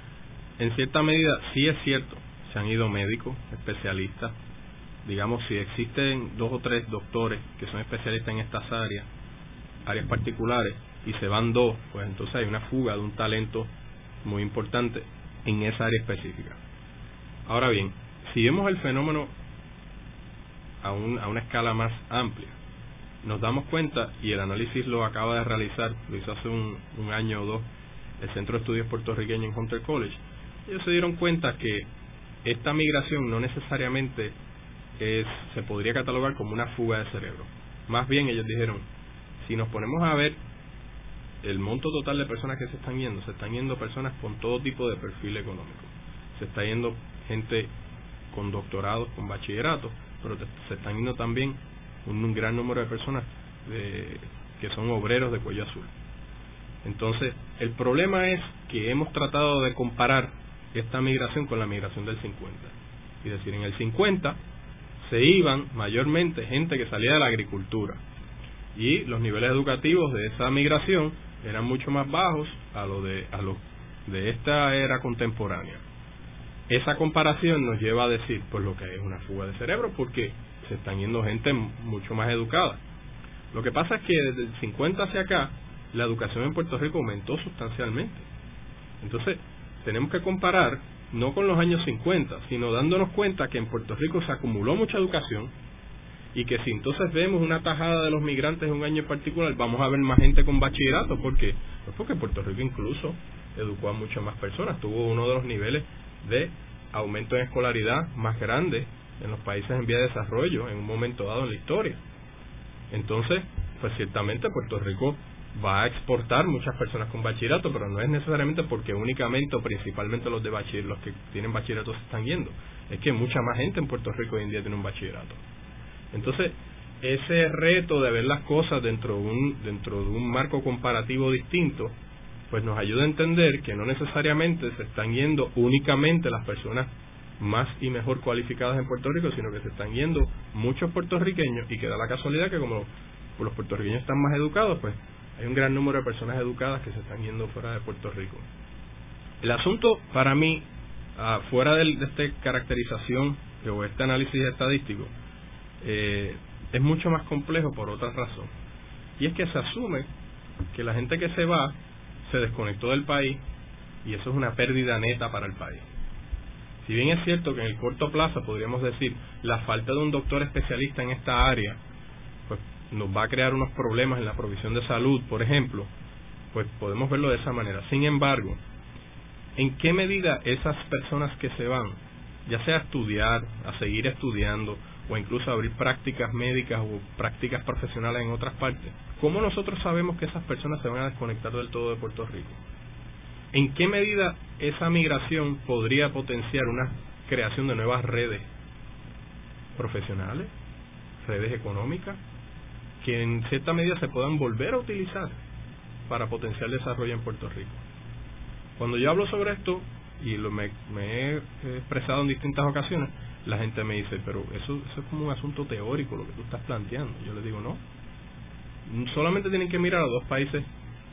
En cierta medida sí es cierto, se han ido médicos, especialistas, digamos si existen dos o tres doctores que son especialistas en estas áreas, áreas particulares, y se van dos, pues entonces hay una fuga de un talento muy importante en esa área específica. Ahora bien, si vemos el fenómeno a, un, a una escala más amplia, nos damos cuenta, y el análisis lo acaba de realizar, lo hizo hace un, un año o dos, el Centro de Estudios Puertorriqueños en Hunter College. Ellos se dieron cuenta que esta migración no necesariamente es, se podría catalogar como una fuga de cerebro. Más bien ellos dijeron, si nos ponemos a ver el monto total de personas que se están yendo, se están yendo personas con todo tipo de perfil económico. Se está yendo gente con doctorados, con bachillerato, pero te, se están yendo también un, un gran número de personas de, que son obreros de cuello azul. Entonces, el problema es que hemos tratado de comparar esta migración con la migración del cincuenta. Es decir, en el cincuenta se iban mayormente gente que salía de la agricultura, y los niveles educativos de esa migración eran mucho más bajos a lo de a lo de esta era contemporánea. Esa comparación nos lleva a decir pues lo que es una fuga de cerebro, porque se están yendo gente mucho más educada. Lo que pasa es que desde el cincuenta hacia acá la educación en Puerto Rico aumentó sustancialmente. Entonces tenemos que comparar no con los años cincuenta, sino dándonos cuenta que en Puerto Rico se acumuló mucha educación, y que si entonces vemos una tajada de los migrantes en un año en particular, vamos a ver más gente con bachillerato. ¿Por qué? Pues porque Puerto Rico incluso educó a muchas más personas, tuvo uno de los niveles de aumento en escolaridad más grandes en los países en vía de desarrollo en un momento dado en la historia. Entonces, pues ciertamente Puerto Rico va a exportar muchas personas con bachillerato, pero no es necesariamente porque únicamente o principalmente los de bachiller, los que tienen bachillerato se están yendo. Es que mucha más gente en Puerto Rico hoy en día tiene un bachillerato. Entonces, ese reto de ver las cosas dentro de un dentro de un marco comparativo distinto, pues nos ayuda a entender que no necesariamente se están yendo únicamente las personas más y mejor cualificadas en Puerto Rico, sino que se están yendo muchos puertorriqueños, y que da la casualidad que como los puertorriqueños están más educados, pues hay un gran número de personas educadas que se están yendo fuera de Puerto Rico. El asunto para mí, uh, fuera de, de esta caracterización o este análisis estadístico, eh, es mucho más complejo por otra razón, y es que se asume que la gente que se va se desconectó del país, y eso es una pérdida neta para el país. Si bien es cierto que en el corto plazo podríamos decir la falta de un doctor especialista en esta área pues nos va a crear unos problemas en la provisión de salud, por ejemplo, pues podemos verlo de esa manera. Sin embargo, ¿en qué medida esas personas que se van, ya sea a estudiar, a seguir estudiando, o incluso a abrir prácticas médicas o prácticas profesionales en otras partes, cómo nosotros sabemos que esas personas se van a desconectar del todo de Puerto Rico? ¿En qué medida esa migración podría potenciar una creación de nuevas redes profesionales, redes económicas, que en cierta medida se puedan volver a utilizar para potenciar el desarrollo en Puerto Rico? Cuando yo hablo sobre esto, y lo me, me he expresado en distintas ocasiones, la gente me dice, pero eso, eso es como un asunto teórico lo que tú estás planteando. Yo les digo, no, solamente tienen que mirar a dos países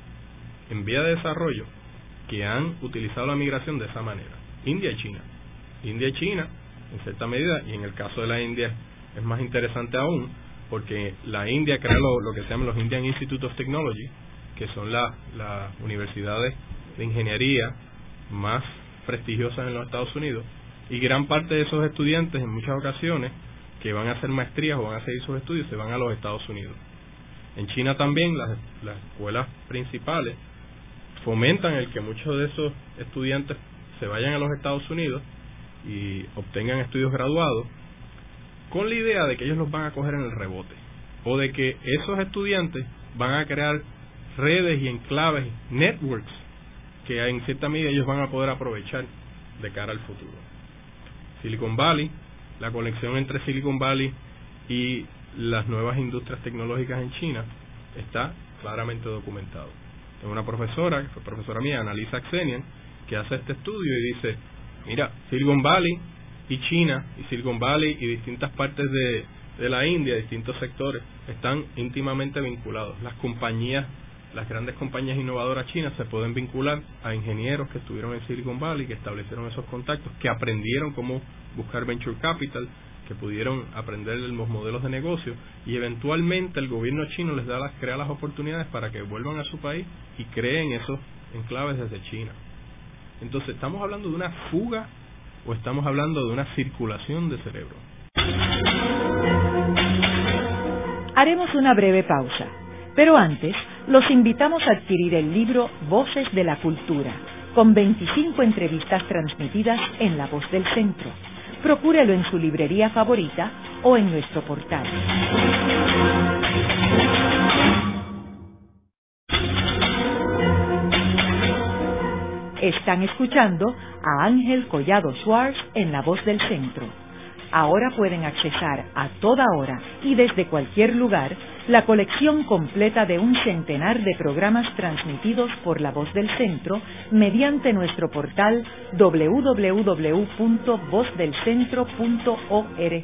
en vía de desarrollo que han utilizado la migración de esa manera: India y China. India y China, en cierta medida, y en el caso de la India es más interesante aún, porque la India crea lo, lo que se llama los Indian Institute of Technology, que son las la universidades de ingeniería más prestigiosas en los Estados Unidos, y gran parte de esos estudiantes, en muchas ocasiones, que van a hacer maestrías o van a seguir sus estudios, se van a los Estados Unidos. En China también las, las escuelas principales fomentan el que muchos de esos estudiantes se vayan a los Estados Unidos y obtengan estudios graduados, con la idea de que ellos los van a coger en el rebote, o de que esos estudiantes van a crear redes y enclaves, networks, que en cierta medida ellos van a poder aprovechar de cara al futuro. Silicon Valley, la conexión entre Silicon Valley y las nuevas industrias tecnológicas en China está claramente documentado. Tengo una profesora, que fue profesora mía, Annalisa Aksenian, que hace este estudio y dice, mira, Silicon Valley y China, y Silicon Valley y distintas partes de, de la India, distintos sectores, están íntimamente vinculados. Las compañías, las grandes compañías innovadoras chinas se pueden vincular a ingenieros que estuvieron en Silicon Valley, que establecieron esos contactos, que aprendieron cómo buscar venture capital, que pudieron aprender los modelos de negocio, y eventualmente el gobierno chino les da las, crea las oportunidades para que vuelvan a su país y creen esos enclaves desde China. Entonces, ¿estamos hablando de una fuga o estamos hablando de una circulación de cerebro? Haremos una breve pausa, pero antes los invitamos a adquirir el libro Voces de la Cultura, con veinticinco entrevistas transmitidas en La Voz del Centro. Procúrelo en su librería favorita o en nuestro portal. Están escuchando a Ángel Collado Schwartz en La Voz del Centro. Ahora pueden accesar a toda hora y desde cualquier lugar la colección completa de un centenar de programas transmitidos por La Voz del Centro mediante nuestro portal doble u doble u doble u punto voz del centro punto org.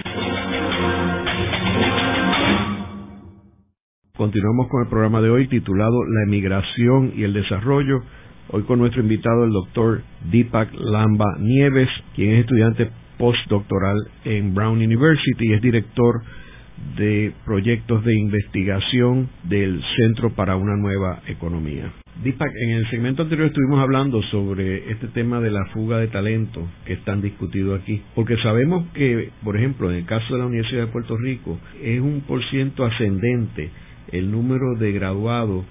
Continuamos con el programa de hoy titulado La emigración y el desarrollo. Hoy con nuestro invitado, el doctor Deepak Lamba Nieves, quien es estudiante postdoctoral en Brown University y es director de proyectos de investigación del Centro para una Nueva Economía. Deepak, en el segmento anterior estuvimos hablando sobre este tema de la fuga de talento que es tan discutido aquí, porque sabemos que, por ejemplo, en el caso de la Universidad de Puerto Rico, es un por ciento ascendente el número de graduados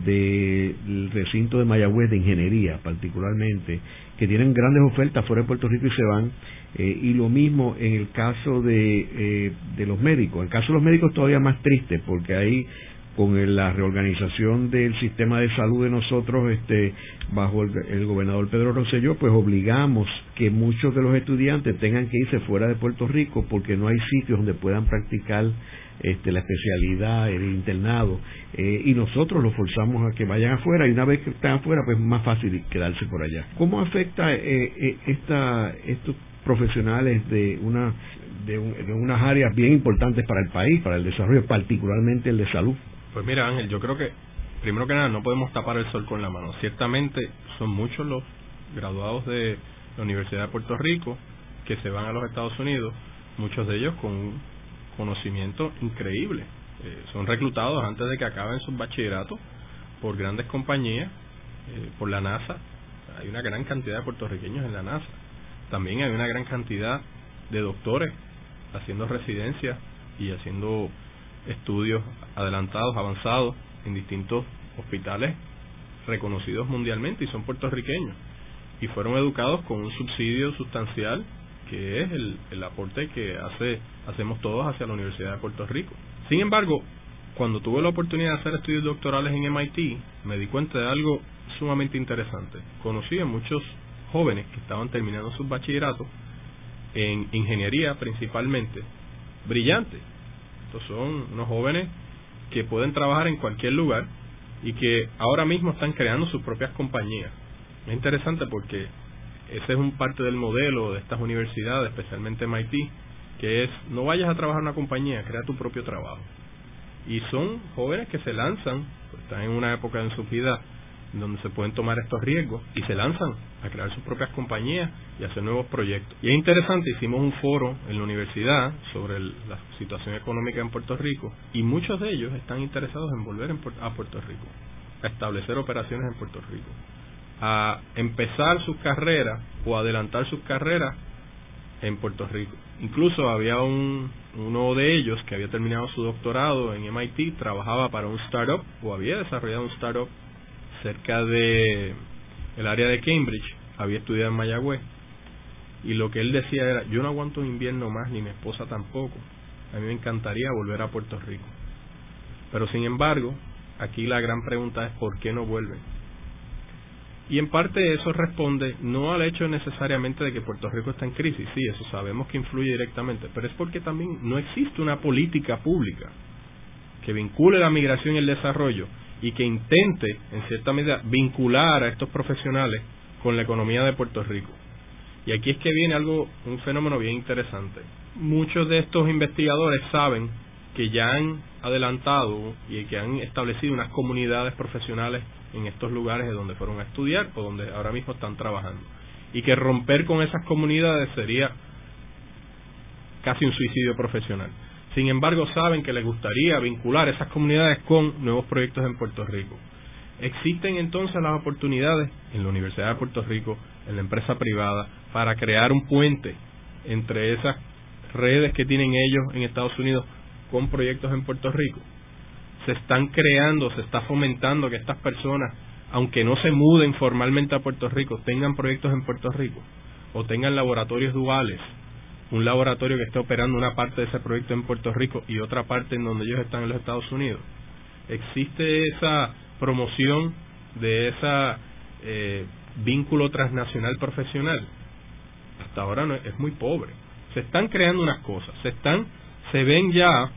del recinto de Mayagüez de ingeniería, particularmente, que tienen grandes ofertas fuera de Puerto Rico y se van, eh, y lo mismo en el caso de, eh, de los médicos. El caso de los médicos todavía más triste, porque ahí con la reorganización del sistema de salud de nosotros, este, bajo el, el gobernador Pedro Rosselló, pues obligamos que muchos de los estudiantes tengan que irse fuera de Puerto Rico porque no hay sitios donde puedan practicar este, la especialidad, el internado, eh, y nosotros los forzamos a que vayan afuera, y una vez que están afuera, pues es más fácil quedarse por allá. ¿Cómo afecta eh, eh, esta, estos profesionales de una de, un, de unas áreas bien importantes para el país, para el desarrollo, particularmente el de salud? Pues mira, Ángel, yo creo que, primero que nada, no podemos tapar el sol con la mano. Ciertamente son muchos los graduados de la Universidad de Puerto Rico que se van a los Estados Unidos, muchos de ellos con un conocimiento increíble. Eh, son reclutados antes de que acaben sus bachilleratos por grandes compañías, eh, por la NASA. Hay una gran cantidad de puertorriqueños en la NASA. También hay una gran cantidad de doctores haciendo residencias y haciendo estudios adelantados, avanzados en distintos hospitales reconocidos mundialmente y son puertorriqueños y fueron educados con un subsidio sustancial que es el, el aporte que hace hacemos todos hacia la Universidad de Puerto Rico. Sin embargo, cuando tuve la oportunidad de hacer estudios doctorales en M I T, me di cuenta de algo sumamente interesante. Conocí a muchos jóvenes que estaban terminando sus bachilleratos en ingeniería principalmente, brillantes. Estos son unos jóvenes que pueden trabajar en cualquier lugar y que ahora mismo están creando sus propias compañías. Es interesante porque ese es un parte del modelo de estas universidades, especialmente M I T, que es no vayas a trabajar en una compañía, crea tu propio trabajo. Y son jóvenes que se lanzan, pues están en una época en su vida donde se pueden tomar estos riesgos y se lanzan a crear sus propias compañías y hacer nuevos proyectos. Y es interesante, hicimos un foro en la universidad sobre el, la situación económica en Puerto Rico y muchos de ellos están interesados en volver en, a Puerto Rico, a establecer operaciones en Puerto Rico, a empezar sus carreras o adelantar sus carreras en Puerto Rico. Incluso había un uno de ellos que había terminado su doctorado en M I T, trabajaba para un startup o había desarrollado un startup cerca de el área de Cambridge, había estudiado en Mayagüez y lo que él decía era: yo no aguanto un invierno más, ni mi esposa tampoco, a mí me encantaría volver a Puerto Rico. Pero sin embargo, aquí la gran pregunta es ¿por qué no vuelven? Y en parte eso responde no al hecho necesariamente de que Puerto Rico está en crisis, sí, eso sabemos que influye directamente, pero es porque también no existe una política pública que vincule la migración y el desarrollo y que intente, en cierta medida, vincular a estos profesionales con la economía de Puerto Rico. Y aquí es que viene algo, un fenómeno bien interesante. Muchos de estos investigadores saben que ya han adelantado y que han establecido unas comunidades profesionales en estos lugares de donde fueron a estudiar o donde ahora mismo están trabajando. Y que romper con esas comunidades sería casi un suicidio profesional. Sin embargo, saben que les gustaría vincular esas comunidades con nuevos proyectos en Puerto Rico. Existen entonces las oportunidades en la Universidad de Puerto Rico, en la empresa privada, para crear un puente entre esas redes que tienen ellos en Estados Unidos con proyectos en Puerto Rico. Se están creando, se está fomentando que estas personas, aunque no se muden formalmente a Puerto Rico, tengan proyectos en Puerto Rico o tengan laboratorios duales, un laboratorio que esté operando una parte de ese proyecto en Puerto Rico y otra parte en donde ellos están en los Estados Unidos. Existe esa promoción de esa eh, vínculo transnacional profesional, hasta ahora no, es muy pobre. Se están creando unas cosas, se están, se ven ya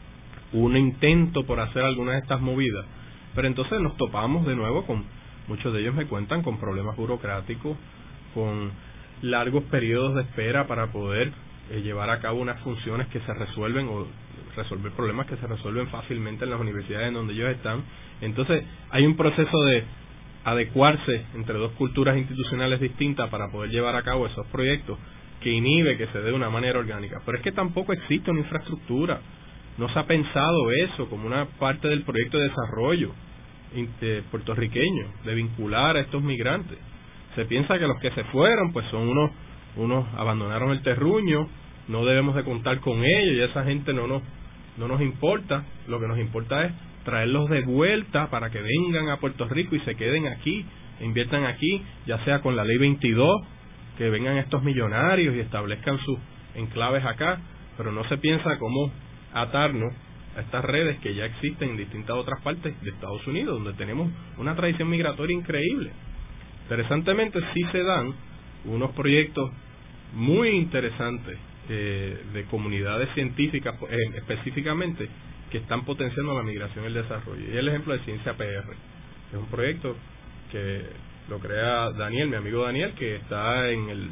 un intento por hacer algunas de estas movidas, pero entonces nos topamos de nuevo con, muchos de ellos me cuentan, con problemas burocráticos, con largos periodos de espera para poder eh, llevar a cabo unas funciones que se resuelven o resolver problemas que se resuelven fácilmente en las universidades en donde ellos están. Entonces hay un proceso de adecuarse entre dos culturas institucionales distintas para poder llevar a cabo esos proyectos que inhibe que se dé de una manera orgánica. Pero es que tampoco existe una infraestructura, no se ha pensado eso como una parte del proyecto de desarrollo puertorriqueño, de vincular a estos migrantes. Se piensa que los que se fueron pues son unos, unos abandonaron el terruño, no debemos de contar con ellos y esa gente no nos, no nos importa. Lo que nos importa es traerlos de vuelta para que vengan a Puerto Rico y se queden aquí, inviertan aquí, ya sea con la ley veintidós, que vengan estos millonarios y establezcan sus enclaves acá, pero no se piensa cómo atarnos a estas redes que ya existen en distintas otras partes de Estados Unidos, donde tenemos una tradición migratoria increíble. Interesantemente, sí se dan unos proyectos muy interesantes eh, de comunidades científicas eh, específicamente que están potenciando la migración y el desarrollo. Y el ejemplo de Ciencia P R, que es un proyecto que lo crea Daniel, mi amigo Daniel, que está en el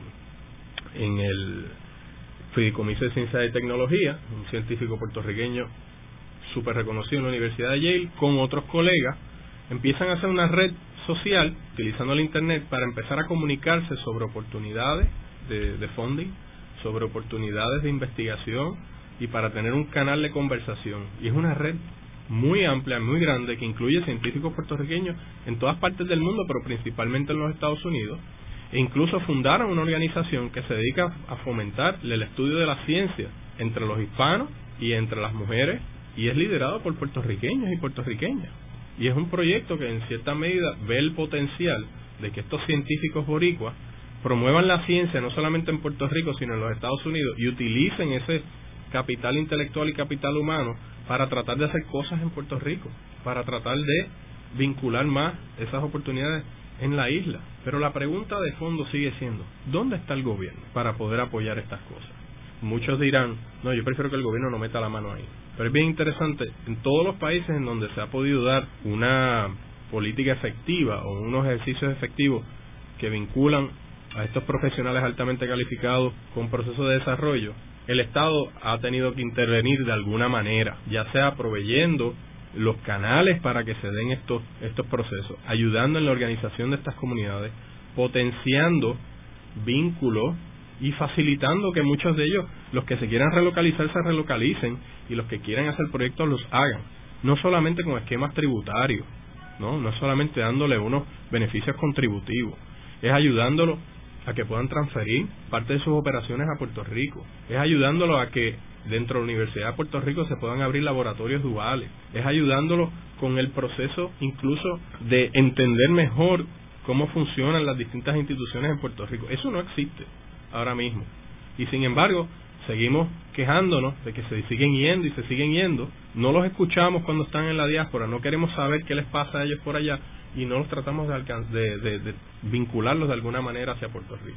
en el Fideicomiso de Ciencia y Tecnología, un científico puertorriqueño súper reconocido en la Universidad de Yale, con otros colegas, empiezan a hacer una red social utilizando el Internet para empezar a comunicarse sobre oportunidades de, de funding, sobre oportunidades de investigación y para tener un canal de conversación. Y es una red muy amplia, muy grande, que incluye científicos puertorriqueños en todas partes del mundo, pero principalmente en los Estados Unidos. E incluso fundaron una organización que se dedica a fomentar el estudio de la ciencia entre los hispanos y entre las mujeres, y es liderado por puertorriqueños y puertorriqueñas. Y es un proyecto que en cierta medida ve el potencial de que estos científicos boricuas promuevan la ciencia no solamente en Puerto Rico, sino en los Estados Unidos, y utilicen ese capital intelectual y capital humano para tratar de hacer cosas en Puerto Rico, para tratar de vincular más esas oportunidades en la isla. Pero la pregunta de fondo sigue siendo, ¿dónde está el gobierno para poder apoyar estas cosas? Muchos dirán, no, yo prefiero que el gobierno no meta la mano ahí. Pero es bien interesante, en todos los países en donde se ha podido dar una política efectiva o unos ejercicios efectivos que vinculan a estos profesionales altamente calificados con procesos de desarrollo, el Estado ha tenido que intervenir de alguna manera, ya sea proveyendo los canales para que se den estos estos procesos, ayudando en la organización de estas comunidades, potenciando vínculos y facilitando que muchos de ellos, los que se quieran relocalizar, se relocalicen, y los que quieran hacer proyectos los hagan, no solamente con esquemas tributarios, no, no solamente dándole unos beneficios contributivos, es ayudándolos a que puedan transferir parte de sus operaciones a Puerto Rico, es ayudándolos a que dentro de la Universidad de Puerto Rico se puedan abrir laboratorios duales, es ayudándolos con el proceso incluso de entender mejor cómo funcionan las distintas instituciones en Puerto Rico. Eso no existe ahora mismo, y sin embargo seguimos quejándonos de que se siguen yendo y se siguen yendo, no los escuchamos cuando están en la diáspora, no queremos saber qué les pasa a ellos por allá, y no los tratamos de, alcan- de, de, de vincularlos de alguna manera hacia Puerto Rico.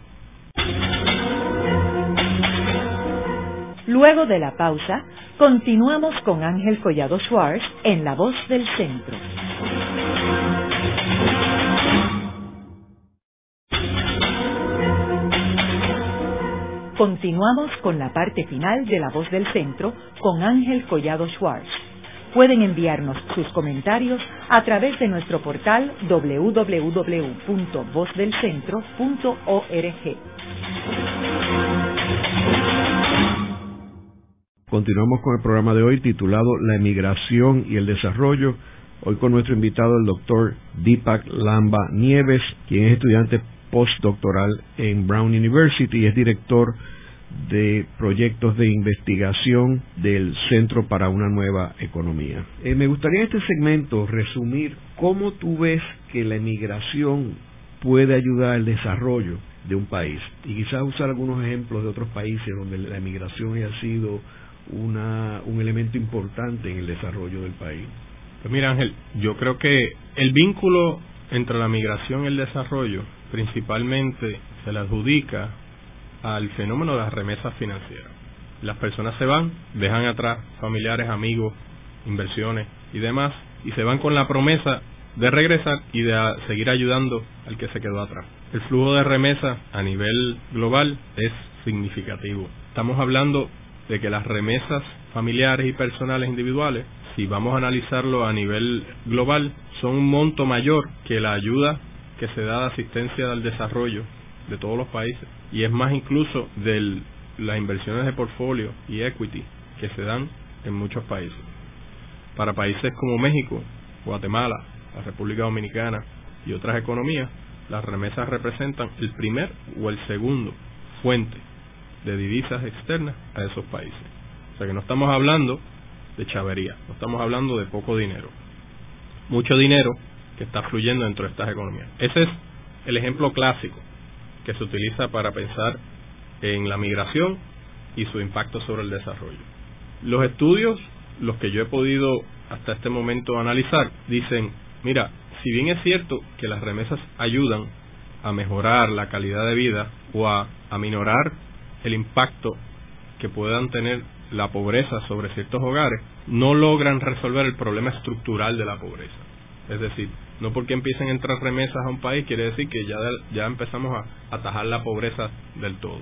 Luego de la pausa, continuamos con Ángel Collado Schwartz en La Voz del Centro. Continuamos con la parte final de La Voz del Centro con Ángel Collado Schwartz. Pueden enviarnos sus comentarios a través de nuestro portal doble u doble u doble u punto voz del centro punto org. Continuamos con el programa de hoy titulado La emigración y el desarrollo. Hoy con nuestro invitado, el doctor Deepak Lamba Nieves, quien es estudiante postdoctoral en Brown University y es director de proyectos de investigación del Centro para una Nueva Economía. Eh, me gustaría en este segmento resumir cómo tú ves que la emigración puede ayudar al desarrollo de un país y quizás usar algunos ejemplos de otros países donde la emigración haya sido una, un elemento importante en el desarrollo del país. Pues mira, Ángel, yo creo que el vínculo entre la migración y el desarrollo principalmente se le adjudica al fenómeno de las remesas financieras. Las personas se van, dejan atrás familiares, amigos, inversiones y demás, y se van con la promesa de regresar y de a, seguir ayudando al que se quedó atrás. El flujo de remesas a nivel global es significativo. Estamos hablando de que las remesas familiares y personales individuales, si vamos a analizarlo a nivel global, son un monto mayor que la ayuda que se da de asistencia al desarrollo de todos los países, y es más incluso de las inversiones de portfolio y equity que se dan en muchos países. Para países como México, Guatemala, la República Dominicana y otras economías, las remesas representan el primer o el segundo fuente de divisas externas a esos países. O sea que no estamos hablando de chavería, no estamos hablando de poco dinero. Mucho dinero que está fluyendo dentro de estas economías. Ese es el ejemplo clásico que se utiliza para pensar en la migración y su impacto sobre el desarrollo. Los estudios, los que yo he podido hasta este momento analizar, dicen, mira, si bien es cierto que las remesas ayudan a mejorar la calidad de vida o a aminorar el impacto que puedan tener la pobreza sobre ciertos hogares, no logran resolver el problema estructural de la pobreza. Es decir, no porque empiecen a entrar remesas a un país quiere decir que ya, ya empezamos a atajar la pobreza del todo.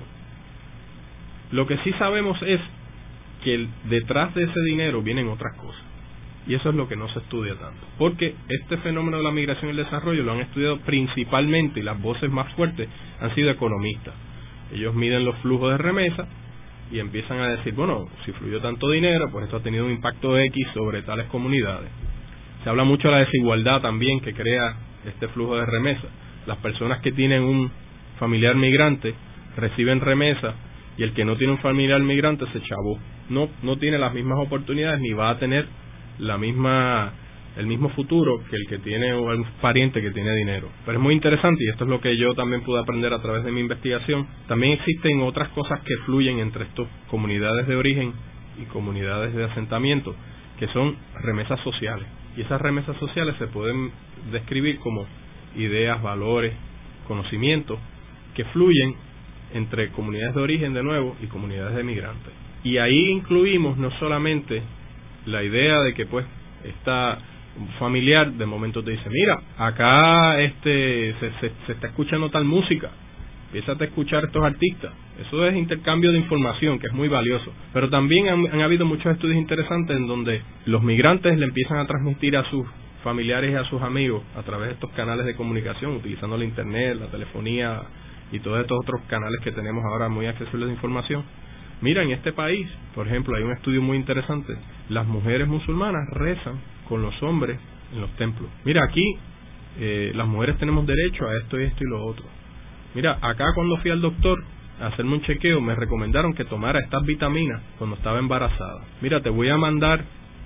Lo que sí sabemos es que el, detrás de ese dinero vienen otras cosas. Y eso es lo que no se estudia tanto. Porque este fenómeno de la migración y el desarrollo lo han estudiado principalmente, y las voces más fuertes han sido economistas. Ellos miden los flujos de remesas y empiezan a decir, bueno, si fluyó tanto dinero, pues esto ha tenido un impacto X sobre tales comunidades. Se habla mucho de la desigualdad también que crea este flujo de remesas. Las personas que tienen un familiar migrante reciben remesas y el que no tiene un familiar migrante se chavó. No, no tiene las mismas oportunidades ni va a tener la misma el mismo futuro que el que tiene un pariente que tiene dinero. Pero es muy interesante, y esto es lo que yo también pude aprender a través de mi investigación. También existen otras cosas que fluyen entre estas comunidades de origen y comunidades de asentamiento, que son remesas sociales. Y esas remesas sociales se pueden describir como ideas, valores, conocimientos que fluyen entre comunidades de origen de nuevo y comunidades de migrantes. Y ahí incluimos no solamente la idea de que pues esta familiar de momento te dice, mira, acá este se, se, se está escuchando tal música, empieza a escuchar estos artistas. Eso es intercambio de información que es muy valioso. Pero también han, han habido muchos estudios interesantes en donde los migrantes le empiezan a transmitir a sus familiares y a sus amigos a través de estos canales de comunicación, utilizando la internet, la telefonía y todos estos otros canales que tenemos ahora muy accesibles de información. Mira, en este país, por ejemplo, hay un estudio muy interesante. Las mujeres musulmanas rezan con los hombres en los templos. Mira, aquí eh, las mujeres tenemos derecho a esto y esto y lo otro. Mira, acá cuando fui al doctor a hacerme un chequeo, me recomendaron que tomara estas vitaminas cuando estaba embarazada. Mira, te voy a mandar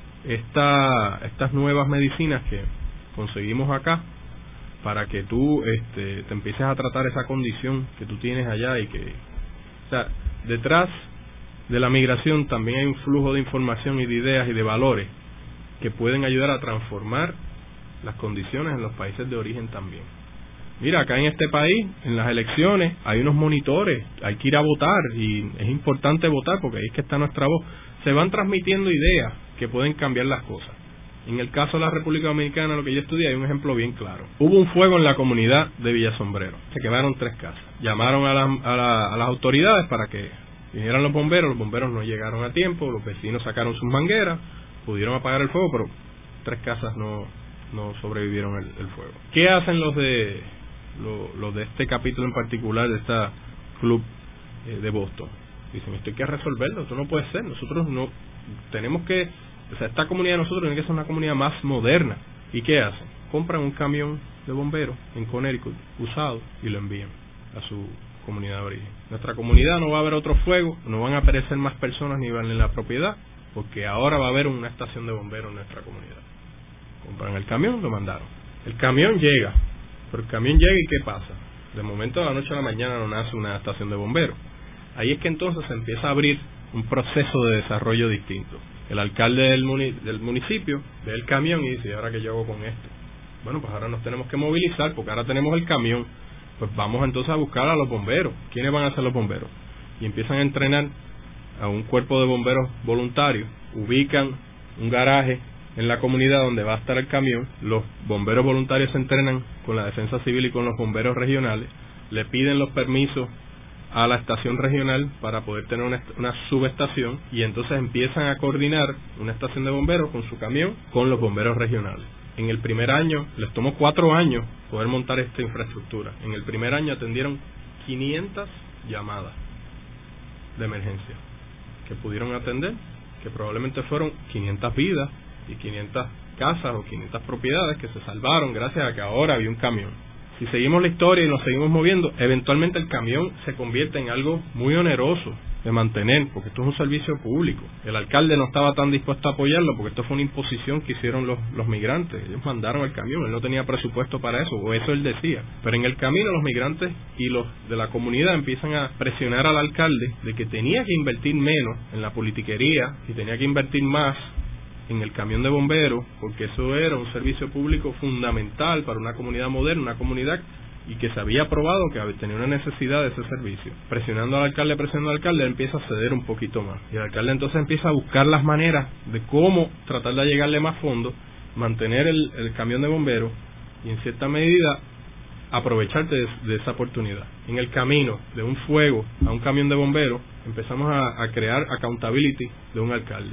esta, estas nuevas medicinas que conseguimos acá para que tú este, te empieces a tratar esa condición que tú tienes allá y que... O sea, detrás de la migración también hay un flujo de información y de ideas y de valores que pueden ayudar a transformar las condiciones en los países de origen también. Mira, acá en este país, en las elecciones, hay unos monitores, hay que ir a votar y es importante votar porque ahí es que está nuestra voz. Se van transmitiendo ideas que pueden cambiar las cosas. En el caso de la República Dominicana, lo que yo estudié, hay un ejemplo bien claro. Hubo un fuego en la comunidad de Villasombrero. Se quemaron tres casas. Llamaron a, la, a, la, a las autoridades para que vinieran los bomberos. Los bomberos no llegaron a tiempo. Los vecinos sacaron sus mangueras, pudieron apagar el fuego, pero tres casas no, no sobrevivieron el, el fuego. ¿Qué hacen los de los, los de este capítulo en particular, de esta club eh, de Boston? Dicen, esto hay que resolverlo, esto no puede ser. Nosotros no tenemos que... O sea, esta comunidad de nosotros tiene que ser una comunidad más moderna. ¿Y qué hacen? Compran un camión de bomberos en Connecticut, usado, y lo envían a su comunidad de origen. Nuestra comunidad no va a haber otro fuego, no van a perecer más personas ni van en la propiedad, porque ahora va a haber una estación de bomberos en nuestra comunidad. Compran el camión, lo mandaron. El camión llega, pero el camión llega y ¿qué pasa? De momento de la noche a la mañana no nace una estación de bomberos. Ahí es que entonces se empieza a abrir un proceso de desarrollo distinto. El alcalde del, muni, del municipio ve el camión y dice, ¿ahora qué yo hago con esto? Bueno, pues ahora nos tenemos que movilizar porque ahora tenemos el camión. Pues vamos entonces a buscar a los bomberos. ¿Quiénes van a ser los bomberos? Y empiezan a entrenar a un cuerpo de bomberos voluntarios. Ubican un garaje en la comunidad donde va a estar el camión. Los bomberos voluntarios se entrenan con la defensa civil y con los bomberos regionales. Le piden los permisos a la estación regional para poder tener una, una subestación, y entonces empiezan a coordinar una estación de bomberos con su camión con los bomberos regionales. En el primer año, les tomó cuatro años poder montar esta infraestructura. En el primer año atendieron quinientas llamadas de emergencia que pudieron atender, que probablemente fueron quinientas vidas y quinientas casas o quinientas propiedades que se salvaron gracias a que ahora había un camión. Si seguimos la historia y nos seguimos moviendo, eventualmente el camión se convierte en algo muy oneroso de mantener, porque esto es un servicio público. El alcalde no estaba tan dispuesto a apoyarlo, porque esto fue una imposición que hicieron los, los migrantes. Ellos mandaron el camión, él no tenía presupuesto para eso, o eso él decía. Pero en el camino los migrantes y los de la comunidad empiezan a presionar al alcalde de que tenía que invertir menos en la politiquería y tenía que invertir más en el camión de bomberos, porque eso era un servicio público fundamental para una comunidad moderna, una comunidad y que se había probado que tenía una necesidad de ese servicio. Presionando al alcalde, presionando al alcalde, él empieza a ceder un poquito más. Y el alcalde entonces empieza a buscar las maneras de cómo tratar de llegarle más fondos, mantener el, el camión de bomberos y en cierta medida aprovecharte de, de esa oportunidad. En el camino de un fuego a un camión de bomberos, empezamos a, a crear accountability de un alcalde.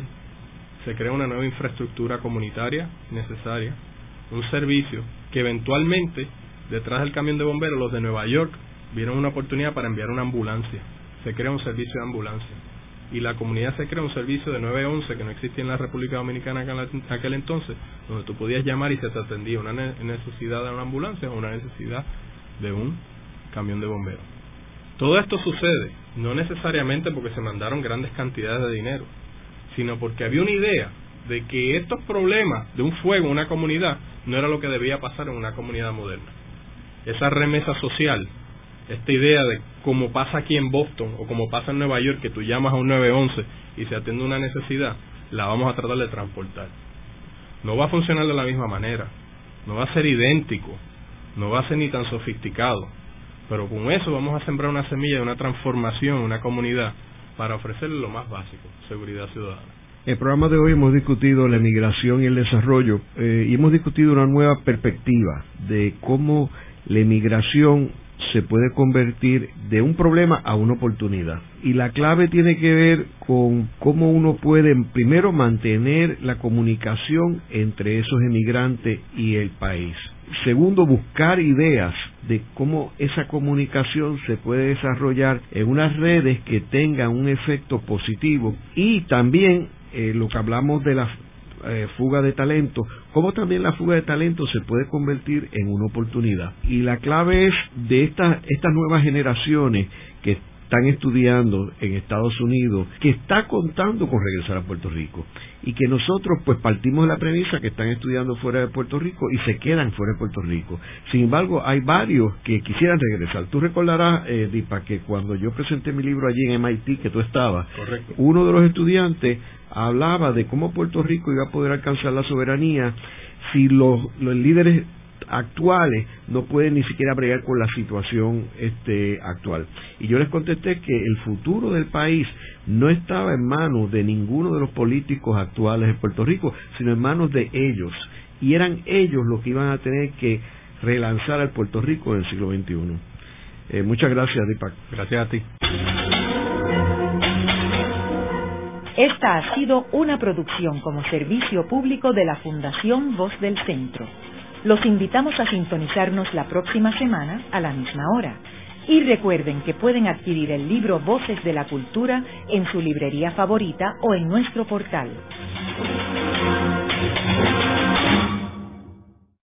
Se crea una nueva infraestructura comunitaria necesaria, un servicio que eventualmente, detrás del camión de bomberos, los de Nueva York vieron una oportunidad para enviar una ambulancia. Se crea un servicio de ambulancia. Y la comunidad se crea un servicio de nueve once que no existía en la República Dominicana en aquel entonces, donde tú podías llamar y se te atendía una necesidad de una ambulancia o una necesidad de un camión de bomberos. Todo esto sucede no necesariamente porque se mandaron grandes cantidades de dinero, sino porque había una idea de que estos problemas de un fuego en una comunidad no era lo que debía pasar en una comunidad moderna. Esa remesa social, esta idea de como pasa aquí en Boston o como pasa en Nueva York, que tú llamas a un nueve once y se atiende una necesidad, la vamos a tratar de transportar. No va a funcionar de la misma manera, no va a ser idéntico, no va a ser ni tan sofisticado, pero con eso vamos a sembrar una semilla de una transformación en una comunidad para ofrecerle lo más básico, seguridad ciudadana. En el programa de hoy hemos discutido la emigración y el desarrollo eh, y hemos discutido una nueva perspectiva de cómo la emigración se puede convertir de un problema a una oportunidad. Y la clave tiene que ver con cómo uno puede, primero, mantener la comunicación entre esos emigrantes y el país. Segundo, buscar ideas de cómo esa comunicación se puede desarrollar en unas redes que tengan un efecto positivo. Y también eh, lo que hablamos de la eh, fuga de talento, cómo también la fuga de talento se puede convertir en una oportunidad. Y la clave es de estas estas nuevas generaciones que están estudiando en Estados Unidos, que está contando con regresar a Puerto Rico, y que nosotros pues partimos de la premisa que están estudiando fuera de Puerto Rico y se quedan fuera de Puerto Rico. Sin embargo, hay varios que quisieran regresar. Tú recordarás, eh, Dipa, que cuando yo presenté mi libro allí en M I T, que tú estabas, correcto, uno de los estudiantes hablaba de cómo Puerto Rico iba a poder alcanzar la soberanía si los, los líderes actuales no pueden ni siquiera bregar con la situación este actual. Y yo les contesté que el futuro del país no estaba en manos de ninguno de los políticos actuales de Puerto Rico, sino en manos de ellos. Y eran ellos los que iban a tener que relanzar al Puerto Rico del siglo veintiuno. Eh, muchas gracias, Deepak. Gracias a ti. Esta ha sido una producción como servicio público de la Fundación Voz del Centro. Los invitamos a sintonizarnos la próxima semana a la misma hora. Y recuerden que pueden adquirir el libro Voces de la Cultura en su librería favorita o en nuestro portal.